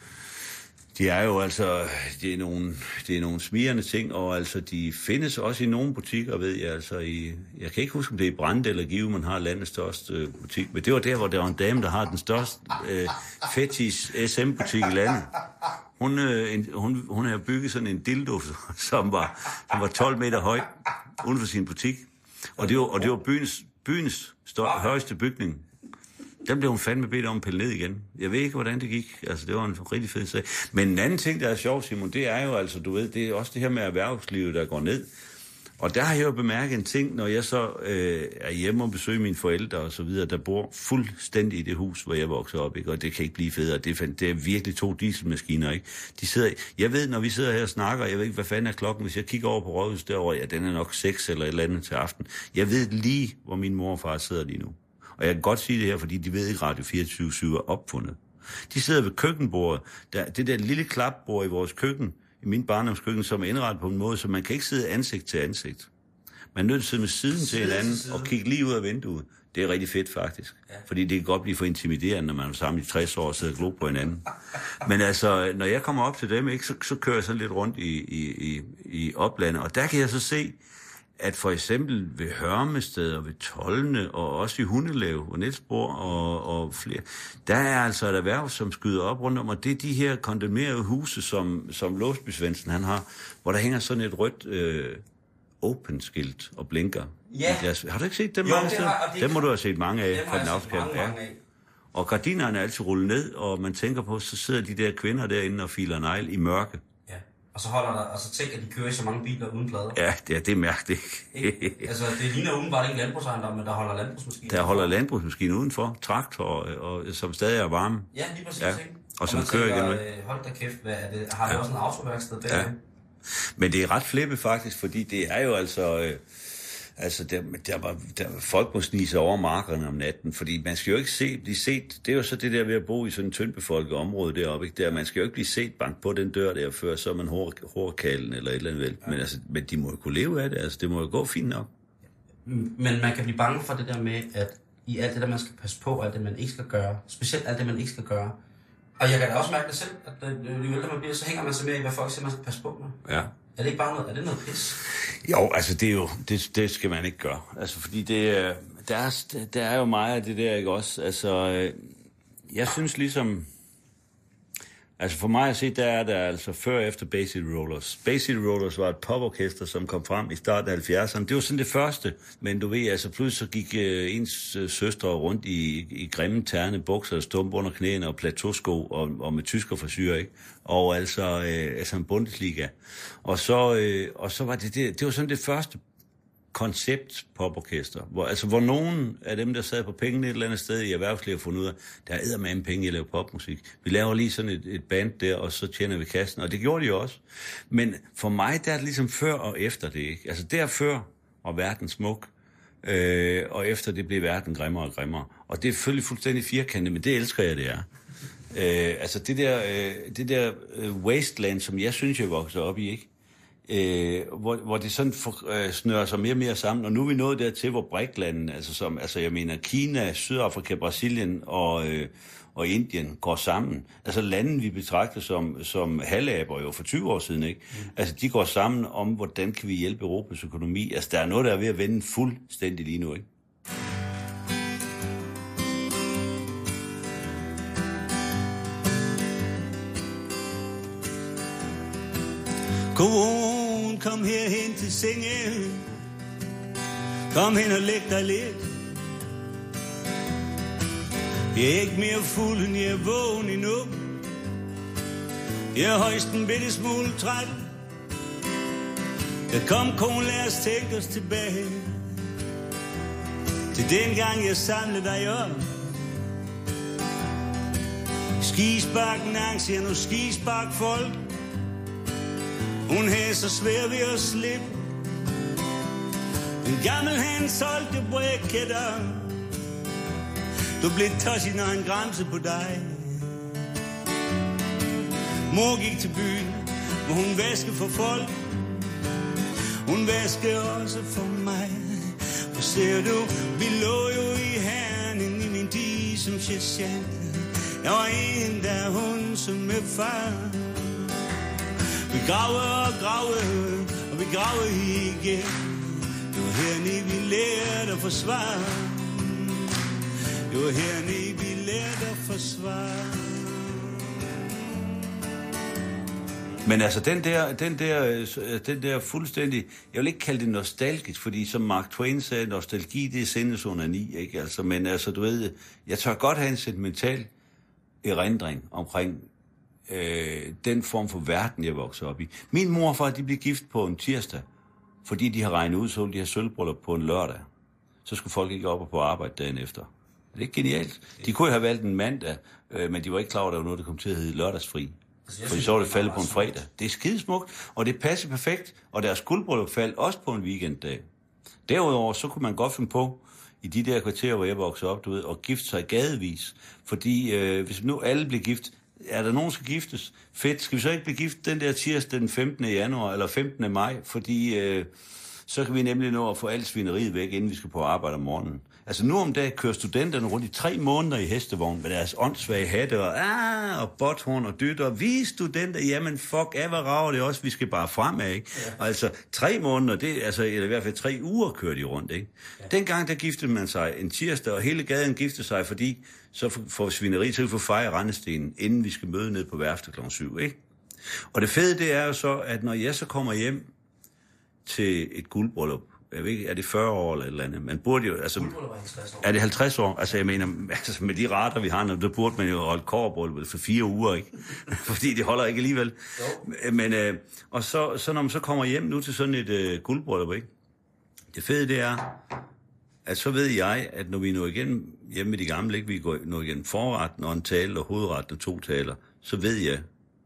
De er jo altså, det er nogle, det er nogle smirrende ting, og altså, de findes også i nogle butikker, ved jeg, altså i, jeg kan ikke huske, om det er i Brande eller Give, man har landets største øh, butik, men det var der, hvor der var en dame, der har den største øh, fetish S M-butik i landet. Hun, øh, en, hun, hun havde bygget sådan en dildo, som var, som var tolv meter høj, uden for sin butik, og det var, og det var byens, byens stør, højeste bygning. Den blev hun fandme bedt om at pille ned igen. Jeg ved ikke, hvordan det gik. Altså, det var en rigtig fed sag. Men en anden ting, der er sjovt, Simon, det er jo altså, du ved, det er også det her med erhvervslivet, der går ned. Og der har jeg jo bemærket en ting, når jeg så øh, er hjemme og besøger mine forældre og så videre, der bor fuldstændig i det hus, hvor jeg voksede op, ikke? Og det kan ikke blive federe. Det er, det er virkelig to dieselmaskiner, ikke? De sidder, jeg ved, når vi sidder her og snakker, jeg ved ikke, hvad fanden er klokken, hvis jeg kigger over på Rådhuset derovre, ja, den er nok seks eller et eller andet til aften. Jeg ved lige, hvor min mor og far sidder lige nu. Og jeg kan godt sige det her, fordi de ved ikke, Radio fireogtyve syv er opfundet. De sidder ved køkkenbordet. Der, det der lille klapbord i vores køkken, i min barndomskøkken, som er indrettet på en måde, så man kan ikke sidde ansigt til ansigt. Man er nødt til at sidde med siden til hinanden og kigge lige ud af vinduet. Det er rigtig fedt, faktisk. Ja. Fordi det kan godt blive for intimiderende, når man er sammen i tres år og sidder og glor på hinanden. Men altså, når jeg kommer op til dem, ikke, så, så kører jeg sådan lidt rundt i, i, i, i oplandet. Og der kan jeg så se, at for eksempel ved Hørmested og ved Tolne og også i Hundelev og Nielsborg og, og flere, der er altså et erhverv, som skyder op rundt om, og det er de her kondemnerede huse, som, som Låsby Svendsen han har, hvor der hænger sådan et rødt øh, open-skilt og blinker. Ja. Deres, har du ikke set dem jo, mange steder? Dem kan... må du have set mange af fra den afskab. Ja. Og gardinerne er altid rullet ned, og man tænker på, så sidder de der kvinder derinde og filer negl i mørke. Og så holder der, og så tænker, at de kører i så mange biler uden plader. Ja, det er, det er mærkeligt. Altså, det ligner udenbart ikke landbrugsejendom, men der holder landbrugsmaskiner. Der holder landbrugsmaskiner udenfor, traktor, og, og, som stadig er varme. Ja, lige præcis. Ja. Og, og som og kører tænker, igen. Hold da kæft, hvad er det? Har vi ja. også en autoværksted der? Ja. Men det er ret flippet faktisk, fordi det er jo altså... Øh, altså, der, der var, der, folk må snige sig over markerne om natten, fordi man skal jo ikke se, blive set... Det er jo så det der ved at bo i sådan en tyndbefolket område deroppe, ikke? Der, man skal jo ikke blive set bank på den dør der, før så er man hårdkalden eller et eller andet vel. Men, altså, men de må jo kunne leve af det, altså det må jo gå fint nok. Men man kan blive bange for det der med, at i alt det der, man skal passe på, alt det, man ikke skal gøre, specielt alt det, man ikke skal gøre. Og jeg kan da også mærke det selv, at jo ældre man bliver, så hænger man sig mere i, hvad folk siger, man skal passe på med. Ja. Er det ikke bare noget, er det noget pis? Jo, altså det er jo, det, det skal man ikke gøre. Altså fordi det, der er, der er jo meget af det der, ikke også? Altså, jeg synes ligesom, altså for mig at se, der er der altså før og efter Bay City Rollers. Bay City Rollers var et poporkester, som kom frem i starten af halvfjerdserne. Det var sådan det første, men du ved, altså pludselig så gik øh, ens øh, søstre rundt i, i grimme terne bukser, stump under knæene og plateausko og, og med tyskerforsyre, ikke? Og altså, øh, altså en Bundesliga. Og så, øh, og så var det det, det var sådan det første koncept poporkester, hvor, altså hvor nogen af dem, der sad på pengene et eller andet sted i erhvervslivet, har fundet ud af, der er eddermame penge i at lave popmusik. Vi laver lige sådan et, et band der, og så tjener vi kassen, og det gjorde de jo også. Men for mig, der er det ligesom før og efter det, ikke? Altså der før var verden smuk, øh, og efter det blev verden grimmere og grimmere. Og det er selvfølgelig fuldstændig firkantet, men det elsker jeg, det er. Øh, altså det der, øh, det der øh, wasteland, som jeg synes, jeg voksede op i, ikke? Øh, hvor, hvor det sådan for, øh, snører sig mere og mere sammen, og nu er vi nået dertil, hvor BRIC-landen, altså som, altså jeg mener Kina, Sydafrika, Brasilien og, øh, og Indien går sammen. Altså landen, vi betragter som, som halvaber jo for tyve år siden, ikke? Mm. Altså de går sammen om, hvordan kan vi hjælpe Europas økonomi. Altså der er noget, der er ved at vende fuldstændig lige nu, ikke? Godmorgen, kom herhen til sengen. Kom hen og læg dig lidt. Jeg er ikke mere fuld, end jeg er vågen endnu. Jeg er højst en bitte smule træt. Jeg kom, kon, lad os tænke os tilbage til dengang jeg samlede dig op. Skisparken angst, ja nu skispark folk. Hun havde så svært ved at slippe. En gammel han solgte brækketter. Du blev tosset, når han græmse på dig. Mor gik til byen, hvor hun vaskede for folk. Hun vaskede også for mig. For ser du, vi lå jo i hernen i min dige som sergeant. Jeg var en, der hun som med far. Vi graver og graver, og vi graver igen. Det var hernede, vi lærte at forsvare. Det var hernede, vi lærte at forsvare. Men altså, den der, den der, den der fuldstændig, jeg vil ikke kalde det nostalgisk, fordi som Mark Twain sagde, nostalgi, det er sindesonani, ikke? Altså, men altså, du ved, jeg tør godt have en sentimental erindring omkring øh, den form for verden, jeg voksede op i. Min mor og far, de blev gift på en tirsdag, fordi de har regnet ud, så ville de have sølvbryllup på en lørdag. Så skulle folk ikke op og på arbejde dagen efter. Det er ikke genialt. De kunne have valgt en mandag, øh, men de var ikke klar over, at der var noget, der kom til at hedde lørdagsfri. Altså, fordi så var det faldet på en fredag. Det er skidesmukt, og det passer perfekt, og deres guldbryllup faldt også på en weekenddag. Derudover, så kunne man godt finde på, i de der kvarterer, hvor jeg voksede op, du ved, og gifte sig gadevis. Fordi øh, hvis nu alle bliver gift, er der nogen, der skal giftes? Fedt, skal vi så ikke blive gift den der tirsdag den femtende januar, eller femtende maj? Fordi øh, så kan vi nemlig nå at få alt svineriet væk, inden vi skal på arbejde om morgenen. Altså nu om dagen kører studenterne rundt i tre måneder i hestevogn med deres åndssvage hatte og, ah, og botthorn og dytter. Vi studenter, jamen fuck af, hvad rager det også, vi skal bare fremad, ikke? Ja. Altså tre måneder, det, altså, eller i hvert fald tre uger kører de rundt, ikke? Ja. Dengang der giftede man sig en tirsdag, og hele gaden giftede sig, fordi så får svineri til at få fejre rendestenen, inden vi skal møde ned på værftet klokken syv, ikke? Og det fede, det er jo så, at når jeg så kommer hjem til et guldbryllup, jeg ved ikke, er det fyrre år eller et eller andet? Man burde jo, altså... Er det halvtreds år? Altså, jeg mener, altså, med de rater, vi har nu, der burde man jo holde kobberbryllup for fire uger, ikke? Fordi det holder ikke alligevel. Jo. Men, øh, og så, så når man så kommer hjem nu til sådan et øh, guldbryllup, ikke? Det fede, det er, at så ved jeg, at når vi når igen hjemme med de gamle, ikke? Vi går når igen forretten og en tale og hovedretten og to taler, så ved jeg,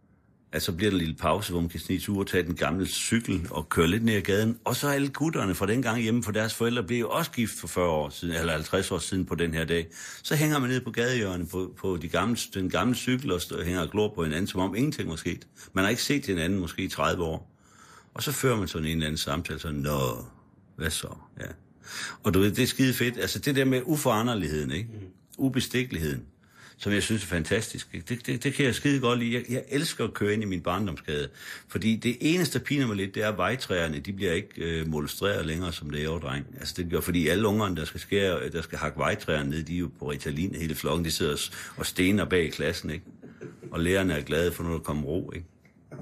at så bliver der en lille pause, hvor man kan snige ud og tage den gamle cykel og køre lidt ned ad gaden. Og så alle gutterne fra den gang hjemme, for deres forældre blev jo også gift for fyrre år siden, eller halvtreds år siden på den her dag. Så hænger man ned på gadehjørnet på, på de gamle, den gamle cykel og stå, hænger og glor på hinanden, som om ingenting var sket. Man har ikke set hinanden måske i tredive år. Og så fører man sådan en eller anden samtale, så nå, hvad så? Ja. Og du ved, det er skide fedt. Altså det der med uforanderligheden, ikke? Ubestikkeligheden, som jeg synes er fantastisk. Det, det, det kan jeg skide godt lide. Jeg, jeg elsker at køre ind i min barndomsgade, fordi det eneste, der piner mig lidt, det er, at vejtræerne, de bliver ikke øh, molestreret længere, som det er dreng. Altså det gør, fordi alle ungerne, der skal skære, der skal hakke vejtræerne ned, de er jo på Ritalin, hele flokken, de sidder og stener bag i klassen, ikke? Og lærerne er glade for, når der kommer ro, ikke?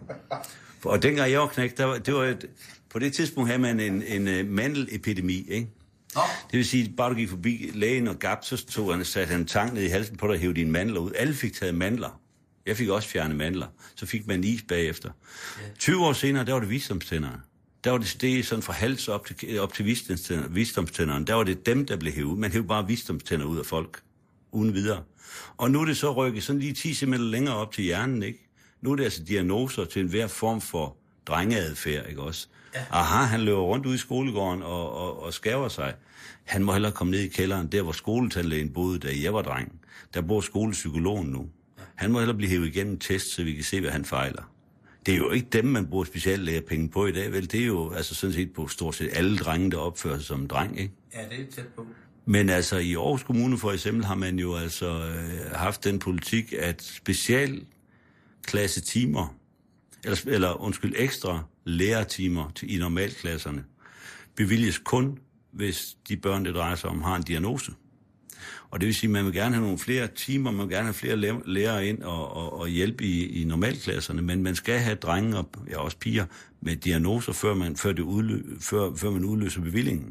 Og dengang jeg var knægt, der var, det var et, på det tidspunkt havde man en, en, en mandelepidemi, ikke? Oh. Det vil sige, bare du gik forbi lægen og gab, så tog han, satte han en tang ned i halsen på dig og hævde dine mandler ud. Alle fik taget mandler. Jeg fik også fjernet mandler. Så fik man is bagefter. Yeah. tyve år senere, der var det visdomstænderne. Der var det steget sådan fra hals op til, op til visdomstænderne. visdomstænderne. Der var det dem, der blev hævet. Man hævde bare visdomstænder ud af folk. Uden videre. Og nu er det så rykket sådan lige ti centimeter længere op til hjernen, ikke? Nu er det altså diagnoser til enhver form for drengeadfærd, ikke også? Ja. Aha, han løber rundt ude i skolegården og, og, og skæver sig. Han må hellere komme ned i kælderen, der hvor skoletandlægen boede, da jeg var dreng. Der bor skolepsykologen nu. Ja. Han må hellere blive hævet igennem en test, så vi kan se, hvad han fejler. Det er jo ikke dem, man bruger speciallægerpenge på i dag, vel? Det er jo altså sådan set på stort set alle drenge, der opfører sig som dreng, ikke? Ja, det er tæt på. Men altså i Aarhus Kommune for eksempel har man jo altså øh, haft den politik, at specialklassetimer, eller, eller undskyld, ekstra lærertimer til, i normalklasserne, bevilges kun, hvis de børn, det drejer sig om, har en diagnose. Og det vil sige, at man vil gerne have nogle flere timer, man vil gerne have flere lærere ind og, og, og hjælpe i, i normalklasserne, men man skal have drenge og ja, også piger med diagnoser, før man, før det udlø, før, før man udløser bevillingen.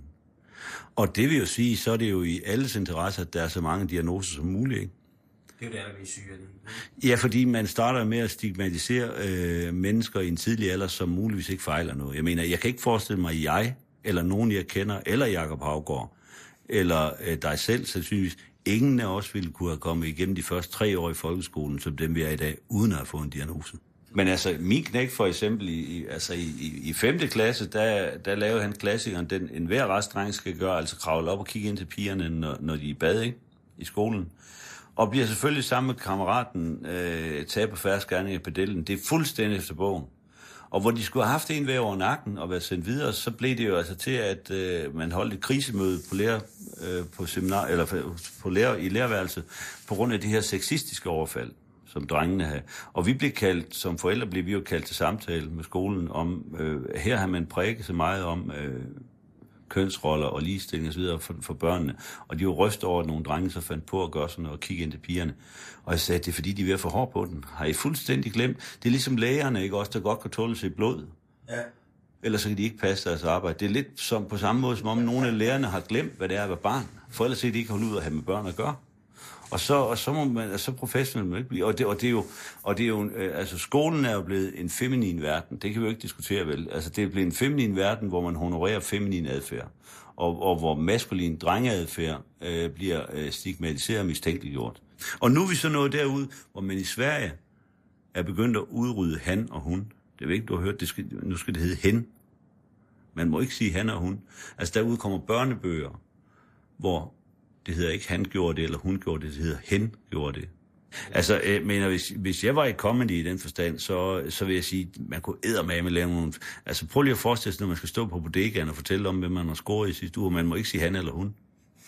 Og det vil jo sige, så er det jo i alles interesse, at der er så mange diagnoser som muligt, ikke? Det er jo der, der bliver syge af det. Ja, fordi man starter med at stigmatisere øh, mennesker i en tidlig alder, som muligvis ikke fejler noget. Jeg mener, jeg kan ikke forestille mig, at jeg, eller nogen jeg kender, eller Jakob Haugaard, eller øh, dig selv, sandsynligvis, ingen af os ville kunne have kommet igennem de første tre år i folkeskolen, som dem vi er i dag, uden at have fået en diagnose. Men altså, min knægt for eksempel, i, i, altså i, i, i femte klasse, der, der lavede han klassikeren, den enhver restdreng skal gøre, altså kravle op og kigge ind til pigerne, når, når de er i bad, ikke? I skolen. Og bliver selvfølgelig sammen med kammeraten øh, taget på færdsgerning i pedellen. Det er fuldstændig efter bogen. Og hvor de skulle have haft en hver over nakken og været sendt videre, så blev det jo altså til, at øh, man holdt et krisemøde på lærer, øh, på seminar, eller på lærer, i lærerværelset, på grund af de her sexistiske overfald, som drengene havde. Og vi blev kaldt, som forældre blev vi jo kaldt til samtale med skolen om, øh, her har man præget så meget om øh, kønsroller og ligestilling og så videre for, for børnene. Og de var rystet over, at nogle drenge så fandt på at gøre sådan noget og kigge ind til pigerne. Og jeg sagde, det er fordi, de er ved at få hår på den. Har I fuldstændig glemt? Det er ligesom lægerne, ikke også, der godt kan tåle sig i blod. Ja. Ellers så kan de ikke passe deres arbejde. Det er lidt som, på samme måde, som om nogle af lærerne har glemt, hvad det er at være barn. For ellers så de ikke holde ud at have med børn at gøre. Og så, og så må man, så professionelt man ikke blive. Og det, og det er jo, og det er jo, altså skolen er jo blevet en feminin verden. Det kan vi jo ikke diskutere vel. Altså det er blevet en feminin verden, hvor man honorerer feminin adfærd. Og, og hvor maskulin drengeadfærd øh, bliver øh, stigmatiseret og mistænkeliggjort. Og nu er vi så nået derud, hvor man i Sverige er begyndt at udrydde han og hun. Det er ikke, du har hørt, det skal, nu skal det hedde hen. Man må ikke sige han og hun. Altså derude kommer børnebøger, hvor det hedder ikke han gjorde det, eller hun gjorde det, det hedder hen gjorde det. Altså, jeg mener, hvis, hvis jeg var i comedy i den forstand, så, så vil jeg sige, man kunne eddermame lave nogle... Altså, prøv lige at forestille sig, når man skal stå på bodegaen og fortælle om, hvem man har scoret i sidste uge, man må ikke sige han eller hun.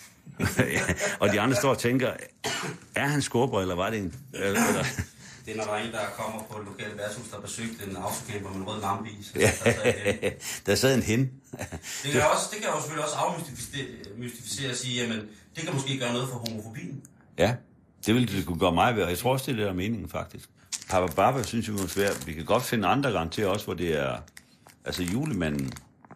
Og de andre står og tænker, er han skorper, eller var det en... Eller, eller? Det er, når der er en, der kommer på et lokalt værtshus, der besøgte en autocamper med en rød lampe i. Ja, der sad en hen. Det kan, også, det kan jo selvfølgelig også afmystificere og sige, jamen, det kan måske gøre noget for homofobien. Ja, det ville det kunne gøre mig ved, og jeg tror også, det er det der meningen, faktisk. Papa Baba synes jeg, det er svært. Vi kan godt finde andre garantier også, hvor det er... Altså, julemanden...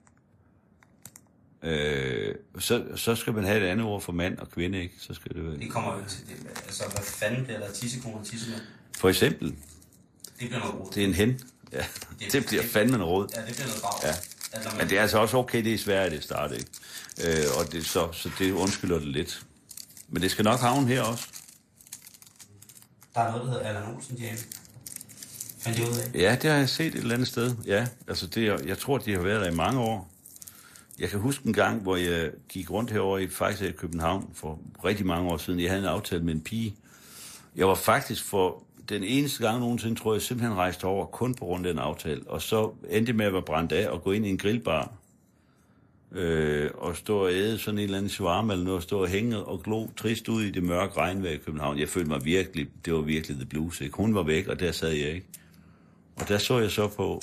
Øh, så, så skal man have et andet ord for mand og kvinde, ikke? Så skal det... Det kommer jo til det. Altså, hvad fanden bliver der? Tissekone og tissemand? For eksempel. Det bliver noget råd. Det er en hen. Ja, det, det bliver fandme noget råd. Ja, det bliver noget bag. Ja. Man... Men det er altså også okay, det er svært, det starter, ikke? Øh, og det, så, så det undskylder det lidt. Men det skal nok havne her også. Der er noget, der hedder Allan Olsen Jam. fandt jeg ud af. Ja, det har jeg set et eller andet sted. Ja, altså det, er- jeg tror, de har været der i mange år. Jeg kan huske en gang, hvor jeg gik rundt herover i faktisk i København for rigtig mange år siden. Jeg havde en aftale med en pige. Jeg var faktisk for den eneste gang nogensinde, tror jeg, simpelthen rejste over kun på grund af den aftale. Og så endte det med at være brændt af og gå ind i en grillbar. Øh, og stå og æde sådan en eller anden shawarma eller noget, og stå og hænge og glo trist ud i det mørke regnvejr i København. Jeg følte mig virkelig, det var virkelig the blues, ikke? Hun var væk, og der sad jeg ikke. Og der så jeg så på,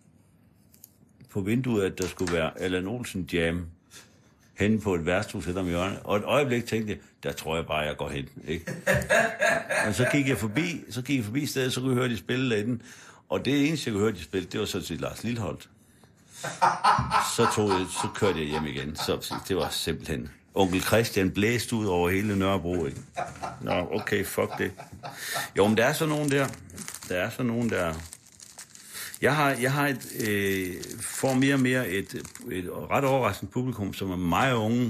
på vinduet, at der skulle være Allan Olsen Jam henne på et værtshus et om hjørnet. Og et øjeblik tænkte jeg, der tror jeg bare, jeg går hen, ikke? Og så gik jeg forbi, så gik jeg forbi stedet, så kunne jeg høre de spille derinde. Og det eneste, jeg kunne høre de spille, det var så til Lars Lilholt. Så, tog jeg, så kørte jeg hjem igen. Så det var simpelthen... Onkel Christian blæste ud over hele Nørrebro, ikke? Nå, okay, fuck det. Jo, men der er så nogen der. Der er så nogen der... Jeg har, jeg har et... Øh, får mere og mere et, et ret overraskende publikum, som er meget unge.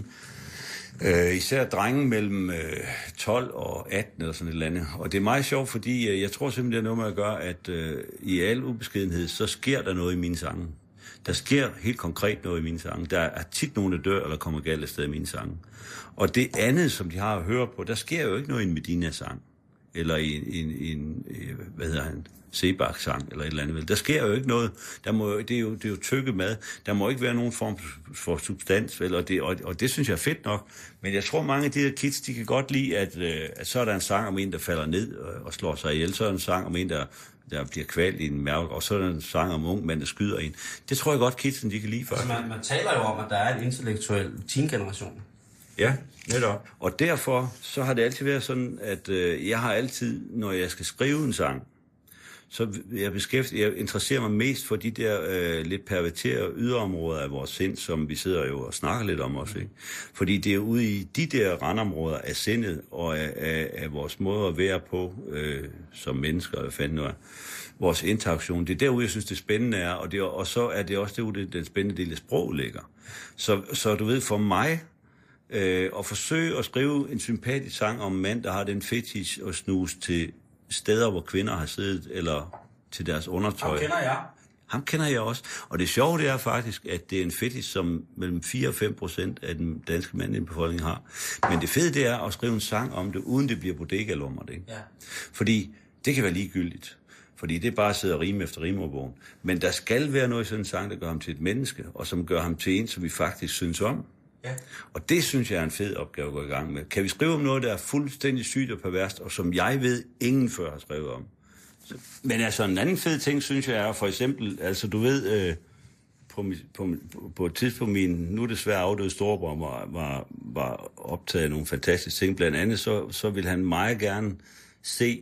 Øh, især drenge mellem øh, tolv og atten eller sådan et eller andet. Og det er meget sjovt, fordi øh, jeg tror simpelthen, det er noget med at gøre, at øh, i al ubeskedenhed, så sker der noget i mine sange. Der sker helt konkret noget i mine sange. Der er tit nogen, der dør eller kommer galt af sted i mine sange. Og det andet, som de har at høre på, der sker jo ikke noget i en Medina-sang. Eller i en, en, en hvad hedder han, Sebak-sang, eller et eller andet. Der sker jo ikke noget. Der må, det, er jo, det er jo tykke mad. Der må ikke være nogen form for substans. Eller det, og, og det synes jeg er fedt nok. Men jeg tror, mange af de her kids, de kan godt lide, at, at så er der en sang om en, der falder ned og, og slår sig ihjel. Så er der en sang om en, der... der bliver kvalt i en mærke, og så er der en sang om ung mand, der skyder en. Det tror jeg godt, kidsen, de kan lide faktisk. Altså, man, man taler jo om, at der er en intellektuel teen-generation. Ja, netop. Og derfor, så har det altid været sådan, at øh, jeg har altid, når jeg skal skrive en sang, så jeg, beskæftiger, jeg interesserer mig mest for de der øh, lidt perverterede yderområder af vores sind, som vi sidder jo og snakker lidt om også, ikke? Fordi det er ude i de der randområder af sindet og af, af, af vores måde at være på øh, som mennesker, hvad fanden nu er, vores interaktion. Det er derude, jeg synes, det spændende er, og, det, og så er det også derude, den spændende del af sprog ligger. Så, så du ved, for mig, øh, at forsøge at skrive en sympatisk sang om en mand, der har den fetish og snus til steder, hvor kvinder har siddet, eller til deres undertøj. Ham kender jeg. Ham kender jeg også. Og det sjove, det er faktisk, at det er en fetish, som mellem fire og fem procent af den danske mandlige befolkning har. Men det fede, det er at skrive en sang om det, uden det bliver bodega-lummer, det, ikke? Ja. Fordi det kan være ligegyldigt. Fordi det er bare at sidde og rime efter rimordbogen. Men der skal være noget i sådan en sang, der gør ham til et menneske, og som gør ham til en, som vi faktisk synes om. Ja. Og det synes jeg er en fed opgave at gå i gang med. Kan vi skrive om noget, der er fuldstændig sygt og perverst, og som jeg ved, ingen før har skrevet om? Så, men altså en anden fed ting, synes jeg er for eksempel, altså du ved, øh, på, på, på et tidspunkt min nu desværre afdøde storebror var, var, var optaget af nogle fantastiske ting. Blandt andet så, så ville han meget gerne se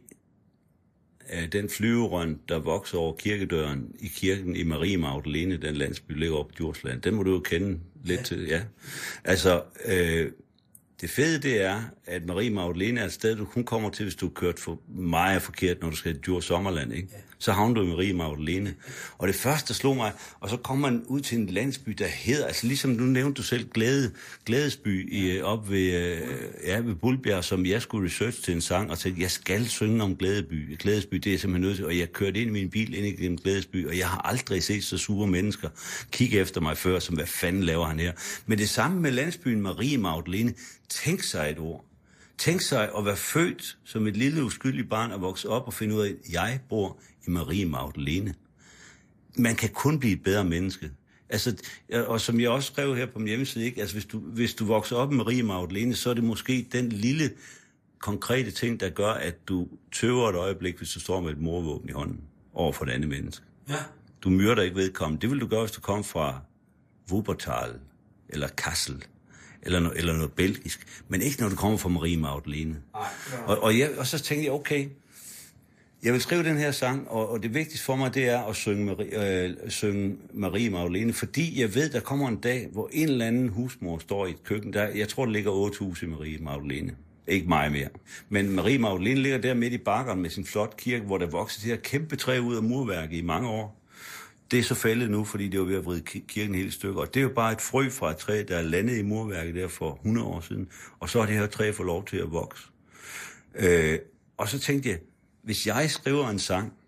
øh, den flyverøn, der vokser over kirkedøren i kirken i Marie Magdalene, den landsby ligger oppe på Djursland. Den må du jo kende lidt ja. til, ja. Altså, øh, det fede det er, at Marie Magdalene er et sted, du kun kommer til, hvis du har kørt for meget forkert, når du skal til Djurs Sommerland, ikke? Ja. Så havner du i Marie Magdalene. Og det første slog mig, og så kommer man ud til en landsby, der hedder, altså ligesom nu nævnte du selv, Glæde, Glædesby i, op ved, ja, ved Bulbjerg, som jeg skulle research til en sang, og tænkte, jeg skal synge om Glædeby. Glædesby, det er simpelthen nødt til, og jeg kørte ind i min bil ind igennem Glædesby, og jeg har aldrig set så sure mennesker kigge efter mig før, som hvad fanden laver han her. Men det samme med landsbyen Marie Magdalene. Tænk sig et ord. Tænk sig at være født som et lille uskyldigt barn og vokse op og finde ud af, at jeg bor i Marie Magdalene. Man kan kun blive et bedre menneske. Altså, og som jeg også skrev her på min hjemmeside, ikke? Altså, hvis du, hvis du vokser op i Marie Magdalene, så er det måske den lille konkrete ting, der gør, at du tøver et øjeblik, hvis du står med et morvåben i hånden over for et andet menneske. Ja. Du myrder ikke vedkommende. Det vil du gøre, hvis du kommer fra Wuppertal eller Kassel. Eller, no, eller noget belgisk, men ikke når du kommer fra Marie Magdalene. Og, og, jeg, og så tænkte jeg, okay, jeg vil skrive den her sang, og, og det vigtigste for mig, det er at synge Marie, øh, synge Marie Magdalene, fordi jeg ved, der kommer en dag, hvor en eller anden husmor står i et køkken, der, jeg tror, der ligger otte huse i Marie Magdalene. Ikke meget mere. Men Marie Magdalene ligger der midt i bakkeren med sin flot kirke, hvor der vokser det her kæmpe træ ud af murværket i mange år. Det er så faldet nu, fordi det var ved at vride kirken helt i stykker. Og det er jo bare et frø fra et træ, der er landet i murværket der for hundrede år siden. Og så har det her træ fået lov til at vokse. Øh, og så tænkte jeg, hvis jeg skriver en sang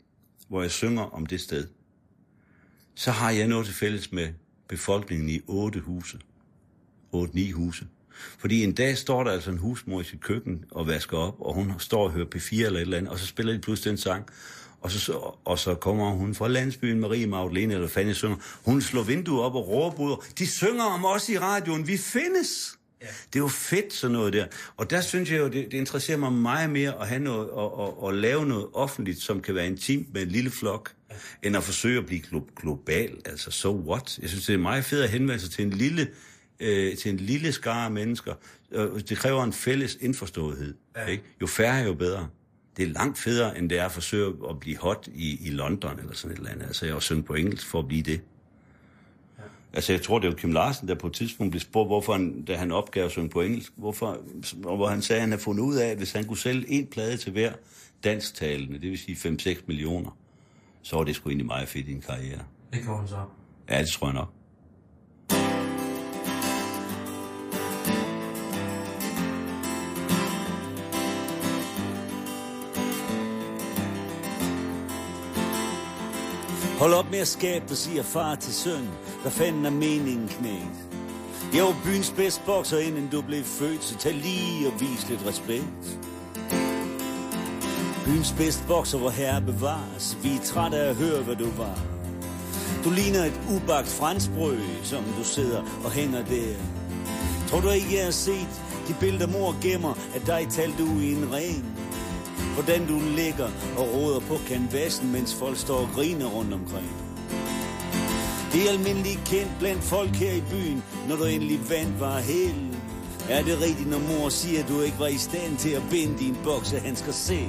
hvor jeg synger om det sted, så har jeg noget til fælles med befolkningen i otte huse. otte ni huse. Fordi en dag står der altså en husmor i sit køkken og vasker op, og hun står og hører P fire eller et eller andet, og så spiller de pludselig en sang, og så, og så kommer hun fra landsbyen, Marie Magdalene, eller fanden synger. Hun slår vinduet op og råber ud. De synger om os i radioen. Vi findes. Ja. Det er jo fedt, sådan noget der. Og der synes jeg jo, det, det interesserer mig meget mere at have noget, og, og, og lave noget offentligt, som kan være intimt med en lille flok, ja, end at forsøge at blive global. Altså, so what? Jeg synes, det er meget fedt at henvende sig til en lille, øh, til en lille skare af mennesker. Det kræver en fælles indforståethed. Ja. Ikke? Jo færre, jo bedre. Det er langt federe, end det er at forsøge at blive hot i, i London eller sådan et eller andet. Altså, jeg har syngt på engelsk for at blive det. Ja. Altså, jeg tror, det var Kim Larsen, der på et tidspunkt blev spurgt, hvorfor han, da han opgav at synge på engelsk, hvorfor, hvor han sagde, at han havde fundet ud af, at hvis han kunne sælge en plade til hver dansktalende, det vil sige fem seks millioner, så var det sgu egentlig meget fedt i en karriere. Det gjorde han så? Ja, det tror jeg nok. Hold op med at skabe, der siger far til søn. Hvad fanden er meningen, knægt? Jeg var byens bedste bokser, inden du blev født, så tag lige og vis lidt respekt. Byens bedste bokser, hvor herre bevares. Vi er trætte af at høre, hvad du var. Du ligner et ubagt franskbrød, som du sidder og hænger der. Tror du ikke, jeg har set de billeder, mor gemmer af dig, talt du i en ren? Hvordan du ligger og råder på kanvasen, mens folk står og griner rundt omkring. Det er almindeligt kendt blandt folk her i byen, når du endelig vandt var hel. Er det rigtigt, når mor siger, at du ikke var i stand til at binde din boksehandsker selv?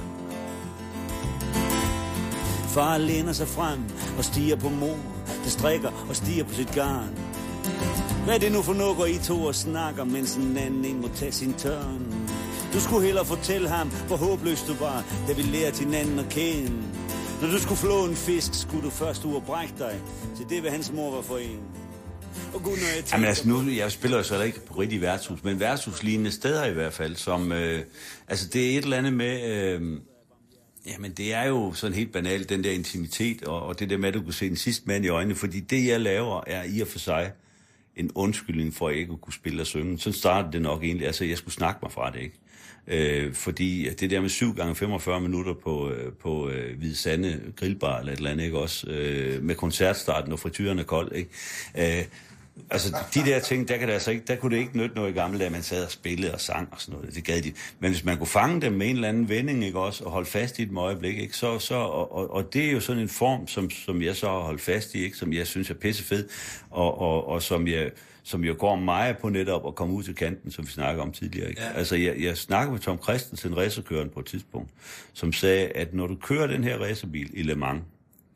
Far læner sig frem og stiger på mor, der strikker og stiger på sit garn. Hvad er det nu for noget, går I to og snakker, mens en anden en må tage sin tørn? Du skulle hellere fortælle ham, hvor håbløs du var, da vi lærte hinanden at kende. Når du skulle flå en fisk, skulle du først ud og brække dig. Så det, hvad hans mor var for en. Og gud, når jeg Jamen altså nu, jeg spiller jo så ikke på rigtig værtshus, men værtshuslignende steder i hvert fald, som, øh, altså det er et eller andet med, øh, jamen det er jo sådan helt banalt, den der intimitet, og, og det der med, at du kunne se den sidste mand i øjnene, fordi det, jeg laver, er i og for sig en undskyldning for, at jeg ikke kunne spille og synge. Så startede det nok egentlig, altså jeg skulle snakke mig fra det, ikke? Øh, fordi det der med syv gange femogfyrre minutter på, øh, på øh, Hvide Sande grillbar eller et eller andet, ikke også? Øh, med koncertstarten, og frityren er kold, ikke? Øh, altså de der ting, der, kan det altså ikke, der kunne det ikke nytte noget i gamle dage, man sad og spillede og sang og sådan noget, det gad de. Men hvis man kunne fange dem med en eller anden vending, ikke også, og holde fast i et øjeblik, ikke? Så, så, og, og, og det er jo sådan en form, som, som jeg så har holdt fast i, ikke? Som jeg synes er pissefed, og, og, og som jeg... som jo går meget på netop at komme ud til kanten, som vi snakker om tidligere. Ikke? Ja. Altså, jeg, jeg snakkede med Tom Christensen, racerkøren på et tidspunkt, som sagde, at når du kører den her racerbil i Le Mans,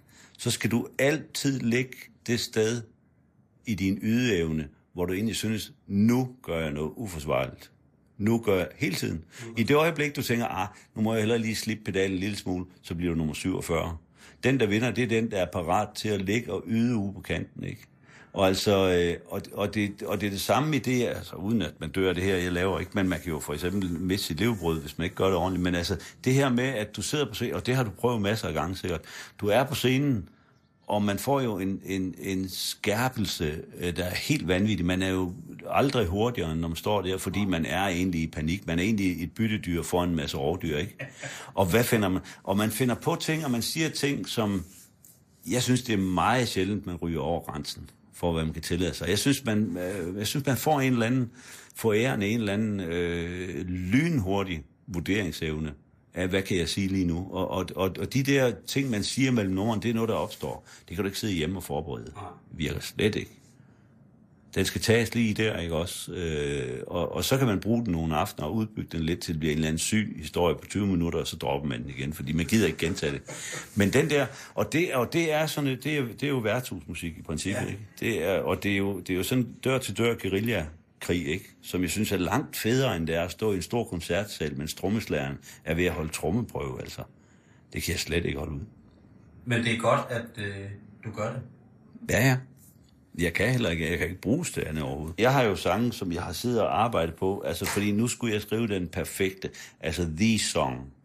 så skal du altid lægge det sted i din ydeevne, hvor du egentlig synes, nu gør jeg noget uforsvarligt. Nu gør jeg hele tiden. I det øjeblik, du tænker, ah, nu må jeg hellere lige slippe pedalen en lille smule, så bliver du nummer syvogfyrre. Den, der vinder, det er den, der er parat til at ligge og yde ude på kanten, ikke? Og altså, øh, og, og, det, og det er det samme i det, altså uden at man dør af det her, jeg laver ikke, men man kan jo for eksempel miste sit levebrød, hvis man ikke gør det ordentligt, men altså, det her med, at du sidder på scenen, og det har du prøvet masser af gange sikkert, du er på scenen, og man får jo en, en, en skærpelse, der er helt vanvittig, man er jo aldrig hurtigere, når man står der, fordi man er egentlig i panik, man er egentlig et byttedyr for en masse rovdyr, ikke? Og hvad finder man? Og man finder på ting, og man siger ting, som, jeg synes, det er meget sjældent, man ryger over grænsen for hvad man kan tillade sig. Jeg synes, man, øh, jeg synes, man får en eller anden forærende, en eller anden øh, lynhurtig vurderingsevne af, hvad kan jeg sige lige nu. Og, og, og, og de der ting, man siger mellem nummerne, det er noget, der opstår. Det kan du ikke sidde hjemme og forberede. Virker slet ikke. Den skal tages lige der, ikke også? Øh, og, og så kan man bruge den nogle aftener og udbygge den lidt til det bliver en eller anden syg historie på tyve minutter, og så dropper man den igen, fordi man gider ikke gentage det. Men den der, og det, og det er sådan, det er, det er jo værtshusmusik i princippet, ja. Ikke? Det er, og det er jo, det er jo sådan dør-til-dør guerilla-krig, ikke? Som jeg synes er langt federe, end det er at stå i en stor koncertsal, mens trommeslageren er ved at holde trommeprøve, altså. Det kan jeg slet ikke holde ud. Men det er godt, at øh, du gør det. Ja, ja. Jeg kan heller ikke, jeg kan ikke bruge det andet overhovedet. Jeg har jo sange, som jeg har siddet og arbejdet på, altså fordi nu skulle jeg skrive den perfekte, altså the song.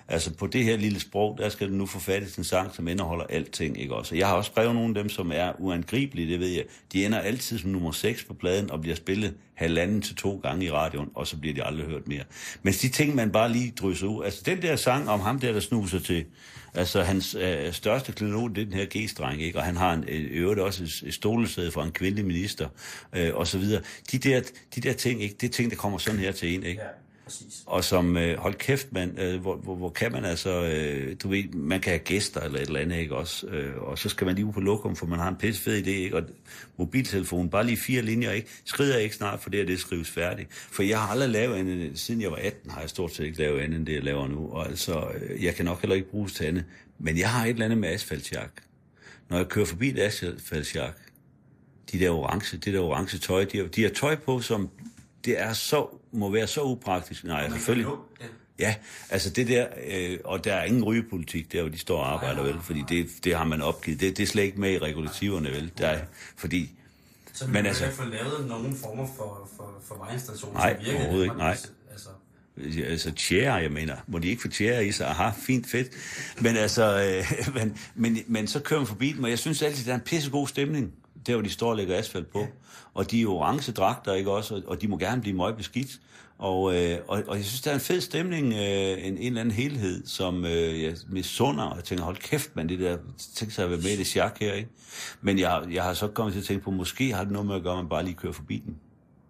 Altså på det her lille sprog, der skal du nu forfattes en sang, som indeholder alting, ikke også? Jeg har også skrevet nogle af dem, som er uangribelige, det ved jeg. De ender altid som nummer seks på pladen og bliver spillet halvanden til to gange i radioen, og så bliver de aldrig hørt mere. Men de ting, man bare lige drysser ud. Altså den der sang om ham der, der snuser til, altså hans øh, største klenod, det er den her G-streng, ikke? Og han har en, øh, øvrigt også et, et stolesæde for en kvindelig minister, øh, og så videre. De der, de der ting, ikke? Det er ting, der kommer sådan her til en, ikke? Ja. Præcis. Og som, øh, hold kæft, man, øh, hvor, hvor, hvor kan man altså, øh, du ved, man kan have gæster eller et eller andet, ikke også? Øh, og så skal man lige ud på lokum, for man har en pisse fed idé, ikke? Og mobiltelefonen, bare lige fire linjer, ikke? Skrider ikke snart, for det er det skrives færdigt. For jeg har aldrig lavet andet, siden jeg var atten, har jeg stort set ikke lavet andet end det, jeg laver nu. Og altså, øh, jeg kan nok heller ikke bruges til andet. Men jeg har et eller andet med asfaltjak. Når jeg kører forbi et asfaltjak, de der orange, det der orange tøj, de har, de har tøj på, som det er så, må være så upraktisk. Nej, selvfølgelig. Ja, altså det der, øh, og der er ingen rygepolitik der, hvor de står og arbejder, vel, fordi det, det har man opgivet. Det, det er slet ikke med i regulativerne, vel, der er, fordi... Så vi har i hvert fald lavet nogle former for, for, for vejinstallationer, nej, som virker. Nej, overhovedet ikke, nej. Altså... Altså tjære, jeg mener. Må de ikke få tjære i sig? Aha, fint, fedt. Men altså, øh, men, men, men så kører man forbi dem, og jeg synes altid, der er en pissegod stemning, der hvor de står og lægger asfalt på. Ja. Og de er orange dragter, ikke også? Og de må gerne blive møgbeskidt. Og, øh, og, og jeg synes, der er en fed stemning, øh, en, en eller anden helhed, som øh, jeg misunder, og jeg tænker, hold kæft, man, det der, tænker sig at være med i det sjak her, ikke? Men jeg, jeg har så kommet til at tænke på, måske har det noget med at gøre, at man bare lige kører forbi den.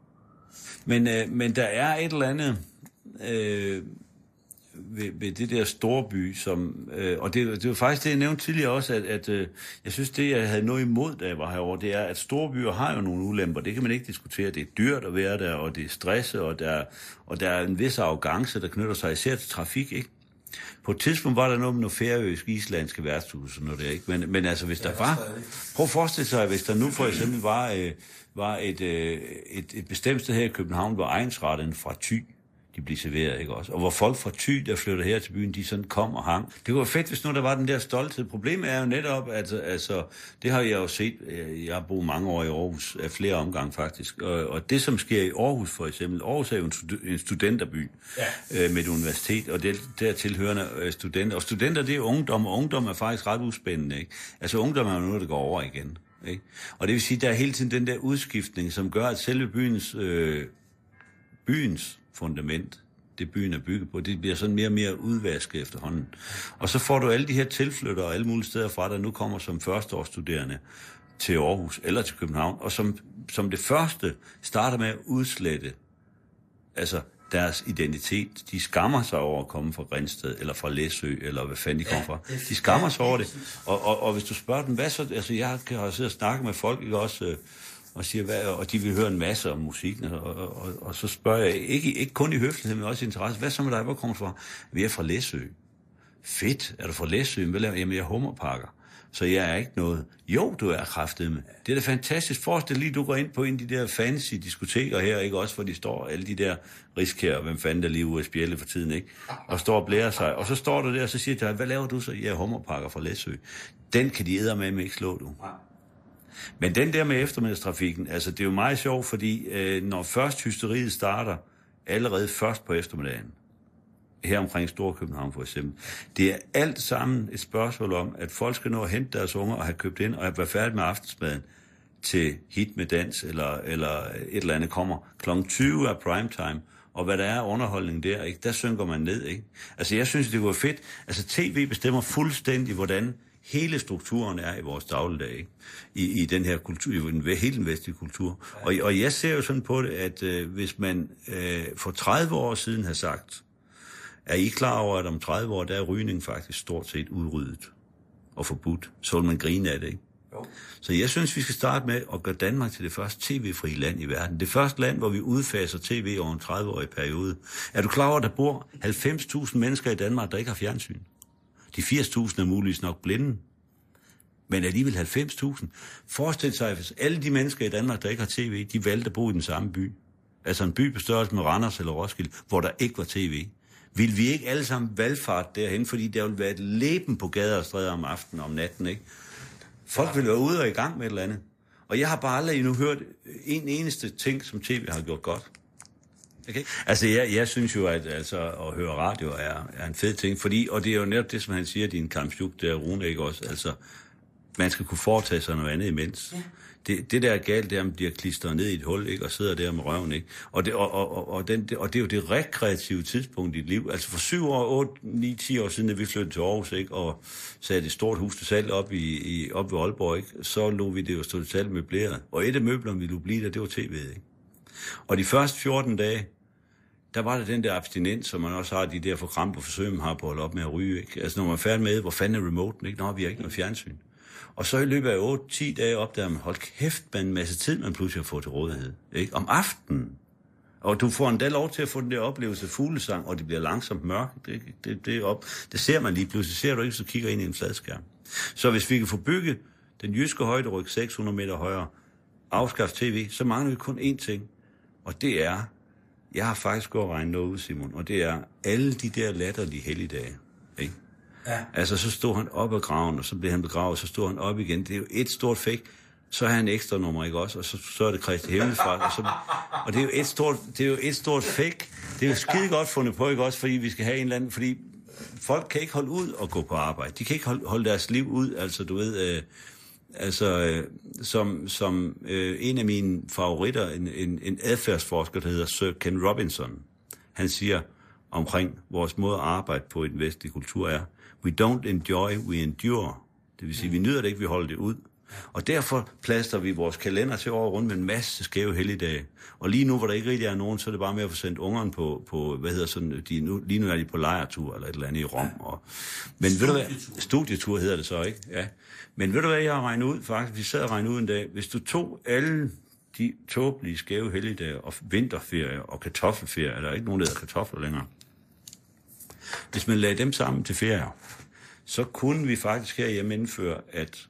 Men, øh, men der er et eller andet... Øh, ved, ved det der storby, som, øh, og det, det var faktisk det, jeg nævnte tidligere også, at, at øh, jeg synes, det, jeg havde noget imod, da jeg var herovre, det er, at storbyer har jo nogle ulemper. Det kan man ikke diskutere. Det er dyrt at være der, og det er stress, og der, og der er en vis arrogance, der knytter sig især til trafik, ikke? På et tidspunkt var der noget med noget færøsk, islandske værtshus, og noget der, ikke? Men, men altså, hvis ja, der var... Prøv at forestille sig, hvis der nu for eksempel var, øh, var et, øh, et, et bestemt sted her i København, hvor egnsretten fra Thy, de bliver serveret, ikke også? Og hvor folk fra Thy, der flytter her til byen, de sådan kom og hang. Det kunne være fedt, hvis nu der var den der stolthed. Problemet er jo netop, at altså, det har jeg jo set, jeg har boet mange år i Aarhus, af flere omgange faktisk, og, og det som sker i Aarhus for eksempel, Aarhus er jo en, en studenterby, ja, øh, med et universitet, og det der tilhørende øh, studenter. Og studenter, det er ungdom, og ungdom er faktisk ret uspændende, ikke? Altså ungdom er jo noget, der går over igen, ikke? Og det vil sige, der er hele tiden den der udskiftning, som gør, at selve byens, øh, byens fundament, det byen er bygget på, det bliver sådan mere og mere udvasket efterhånden. Og så får du alle de her tilflyttere og alle mulige steder fra, der nu kommer som førsteårsstuderende til Aarhus eller til København, og som, som det første starter med at udslette altså deres identitet. De skammer sig over at komme fra Grindsted, eller fra Læsø, eller hvad fanden de kommer fra. De skammer sig over det. Og, og, og hvis du spørger dem, hvad så... Altså, jeg har siddet og snakket med folk, ikke også... Og, siger, hvad, og de vil høre en masse om musikken, og, og, og, og så spørger jeg, ikke, ikke kun i høflighed, men også i interesse, hvad så med dig, hvor kommer du fra? Vi er fra Læsø. Fedt, er du fra Læsø? Hvad laver? Jamen, jeg er hummerpakker, så jeg er ikke noget. Jo, du er kraftedeme. Det er da fantastisk. Forestil lige, du går ind på en af de der fancy diskoteker her, ikke også, hvor de står, alle de der riskærer, hvem fanden der lige ude af spjælde for tiden, ikke? Og står og blærer sig, og så står du der, og så siger de, hvad laver du så? Jeg er hummerpakker fra Læsø. Den kan de eddermame ikke slå, du. Men den der med eftermiddagstrafikken, altså det er jo meget sjovt, fordi øh, når først hysteriet starter, allerede først på eftermiddagen, her omkring Storkøbenhavn for eksempel, det er alt sammen et spørgsmål om, at folk skal nå at hente deres unger og have købt ind og være færdig med aftensmaden til hit med dans, eller, eller et eller andet kommer. klokken tyve er primetime, og hvad der er underholdning der, ikke? Der synker man ned, ikke? Altså jeg synes, det var fedt. Altså tv bestemmer fuldstændig, hvordan hele strukturen er i vores dagligdag, ikke? I, i den her kultur, i den, hele den vestlige kultur. Og, og jeg ser jo sådan på det, at øh, hvis man øh, for tredive år siden har sagt, er I klar over, at om tredive år, der er rygning faktisk stort set udryddet og forbudt, så vil man grine af det, ikke? Jo. Så jeg synes, vi skal starte med at gøre Danmark til det første tv-fri land i verden. Det første land, hvor vi udfaser tv over en tredive-årig periode. Er du klar over, at der bor halvfems tusind mennesker i Danmark, der ikke har fjernsyn? De firs tusind er muligvis nok blinde, men alligevel halvfems tusind. Forestil sig, hvis alle de mennesker i Danmark, der ikke har tv, de valgte at bo i den samme by. Altså en by på størrelse med Randers eller Roskilde, hvor der ikke var tv. Vil vi ikke alle sammen valgfart derhen, fordi der vil være et leben på gader og stræder om aftenen og om natten, ikke? Folk vil være ude og i gang med et eller andet. Og jeg har bare aldrig endnu hørt en eneste ting, som tv har gjort godt. Okay. Altså, jeg, jeg synes jo, at altså, at høre radio er, er en fed ting, fordi, og det er jo netop det, som han siger, din kampsjuk, der Rune, ikke også? Altså, man skal kunne foretage sig noget andet imens. Ja. Det, det der er galt, det er, at man bliver klistret ned i et hul, ikke? Og sidder der med røven, ikke? Og det, og, og, og, den, det, og det er jo det rekreative tidspunkt i dit liv. Altså, for syv år, otte, ni, ti år siden, da vi flyttede til Aarhus, ikke? Og satte et stort hus til salg op, i, i, op ved Aalborg, ikke? Så lå vi det jo stå til salg møbleret. Og et af møblerne, vi lå blive der, det var tv'et, ikke? Og de første fjorten dage, der var der den der abstinens, som man også har, de der forkrampe og forsøg, man har på at holde op med at ryge, ikke? Altså, når man er færdig med, hvor fanden er remoten, ikke? Nå, vi har ikke noget fjernsyn. Og så i løbet af otte til ti dage opdager man, hold kæft, man en masse tid, man pludselig har fået til rådighed, ikke? Om aftenen. Og du får endda lov til at få den der oplevelse af fuglesang, og det bliver langsomt mørkt. Det, det, det, op. det ser man lige pludselig. Ser du ikke, så kigger ind i en fladskærm. Så hvis vi kan få bygget den jyske højderyg seks hundrede meter højere, afskaffe tv, så mangler vi kun én ting. Og det er, jeg har faktisk gået og regnet noget ud, Simon, og det er alle de der latterlige helligdage, ikke? Ja. Altså, så stod han op ad graven, og så blev han begravet, så stod han op igen. Det er jo et stort fake. Så har han en ekstra nummer, ikke også? Og så, så er det Kristi Himmelfart. Og, så, og det er jo et stort, det er jo et stort fake. Det er jo skide godt fundet på, ikke også? Fordi vi skal have en eller anden... Fordi folk kan ikke holde ud og gå på arbejde. De kan ikke holde, holde deres liv ud. Altså, du ved... Øh, altså, øh, som, som øh, en af mine favoritter, en, en, en adfærdsforsker, der hedder Sir Ken Robinson, han siger omkring vores måde at arbejde på i den vestlige kultur er, we don't enjoy, we endure. Det vil sige, vi nyder det ikke, vi holder det ud. Og derfor plaster vi vores kalender til over rundt med en masse skæve helligdage. Og lige nu, hvor der ikke rigtig er nogen, så er det bare med at få sendt ungerne på, på hvad hedder sådan, de, nu, lige nu er de på lejretur eller et eller andet i Rom. Og, men ved du hvad, studietur hedder det så, ikke? Ja. Men ved du hvad, jeg har regnet ud, faktisk, vi sad og regnede ud en dag, hvis du tog alle de tåbelige skæve helligdage og vinterferie og kartoffelferie, er der ikke nogen, der hedder kartofler længere. Hvis man lagde dem sammen til ferier, så kunne vi faktisk herhjemme indføre, at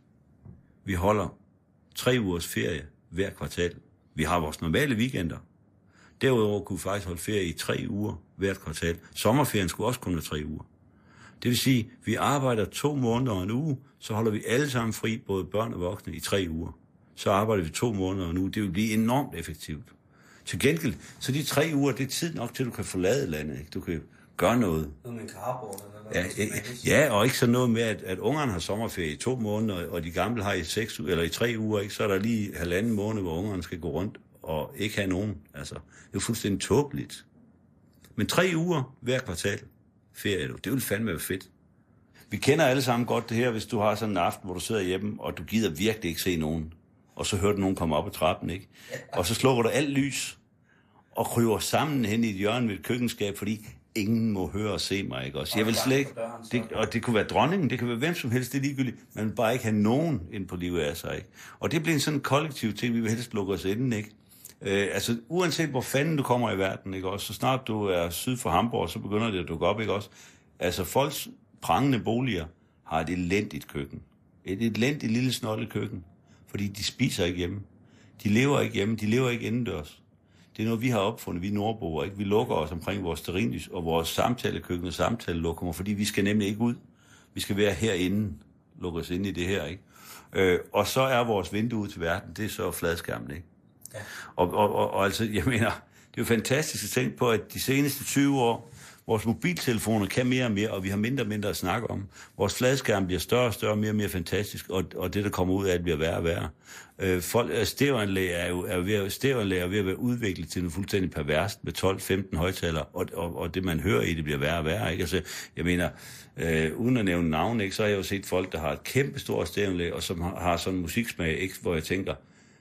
vi holder tre ugers ferie hver kvartal. Vi har vores normale weekender. Derudover kunne vi faktisk holde ferie i tre uger hvert kvartal. Sommerferien skulle også kun være tre uger. Det vil sige, at vi arbejder to måneder og en uge, så holder vi alle sammen fri, både børn og voksne, i tre uger. Så arbejder vi to måneder og en uge. Det vil blive enormt effektivt. Til gengæld, så de tre uger, det er tid nok til, at du kan forlade landet. Ikke? Du kan gøre noget. Noget med en carport eller Ja, ja, og ikke sådan noget med, at, at ungerne har sommerferie i to måneder, og de gamle har i seks eller i tre uger, ikke? Så er der lige halvanden måned, hvor ungerne skal gå rundt og ikke have nogen. Altså, det er jo fuldstændig tåbeligt. Men tre uger hver kvartal ferie, det vil fandme være fedt. Vi kender alle sammen godt det her, hvis du har sådan en aften, hvor du sidder hjemme, og du gider virkelig ikke se nogen, og så hører du nogen komme op ad trappen, ikke? Og så slukker du alt lys, og kryber sammen hen i et hjørne ved et køkkenskab, fordi ingen må høre og se mig, ikke også? Jeg vil slet ikke, det, og det kunne være dronningen, det kan være hvem som helst, det er ligegyldigt. Man vil bare ikke have nogen ind på livet af sig, ikke? Og det bliver en sådan kollektiv ting, vi vil helst lukke os inden, ikke? Øh, altså, uanset hvor fanden du kommer i verden, ikke også? Så snart du er syd for Hamburg, så begynder det at dukke op, ikke også? Altså, folks prangende boliger har et elendigt køkken. Et elendigt lille snollet køkken. Fordi de spiser ikke hjemme. De lever ikke hjemme, de lever ikke indendørs. Det er noget, vi har opfundet, vi nordboer, ikke? Vi lukker os omkring vores stearinlys og vores samtalekøkken og samtalelokummer, fordi vi skal nemlig ikke ud. Vi skal være herinde, lukke os ind i det her, ikke? Øh, og så er vores vindue ud til verden, det er så fladskærmen, ikke? Ja. Og, og, og, og altså, jeg mener, det er jo fantastisk at tænke på, at de seneste tyve år, vores mobiltelefoner kan mere og mere, og vi har mindre og mindre at snakke om. Vores fladskærm bliver større og større, mere og mere fantastisk, og, og det, der kommer ud af det, bliver værre og værre. Øh, folk, stereoanlæg er jo er ved, stereoanlæg er ved at være udviklet til noget fuldstændig perverst med tolv femten højtalere, og, og, og det, man hører i det, bliver værre og værre. Ikke? Altså, jeg mener, øh, uden at nævne navn, ikke, så har jeg jo set folk, der har et kæmpe stort stereoanlæg, og som har, har sådan en musiksmag, ikke, hvor jeg tænker,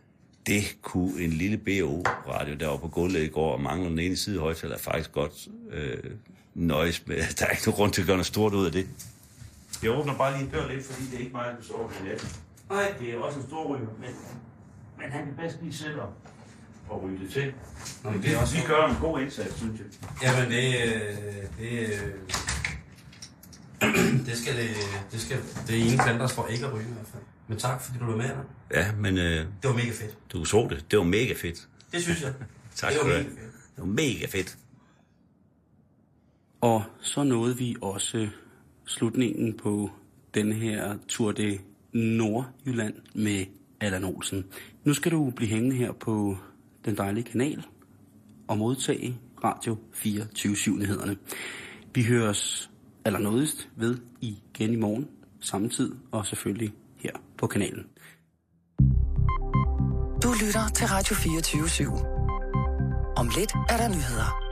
det kunne en lille B O-radio, der var på gulvet i går, og mangler den ene side højtaler, er faktisk godt øh, nøjes med. Der er ikke nogen grund til at gøre noget stort ud af det. Jeg åbner bare lige en dør lidt, fordi det er ikke meget, der sover i natten. Nej, det er også en stor ryger, men, men han kan bedst lige sætte op og ryge det til. Nå, men det, det er også... Vi gør en god indsats, synes jeg. Jamen, det... det det skal det, det skal det er ingen klandres for ikke at ryge i hvert fald. Men tak, fordi du var med der. Ja, men... Øh, det var mega fedt. Du så det. Det var mega fedt. Det synes jeg. Tak skal du have. Det var mega fedt. Og så nåede vi også slutningen på den her Tour de Nordjylland med Allan Olsen. Nu skal du blive hængende her på den dejlige kanal, og modtage Radio fireogtyve syv-nyhederne. Vi høres allernådigst ved igen i morgen, samme tid, og selvfølgelig her på kanalen. Du lytter til Radio fireogtyve syv. Om lidt er der nyheder.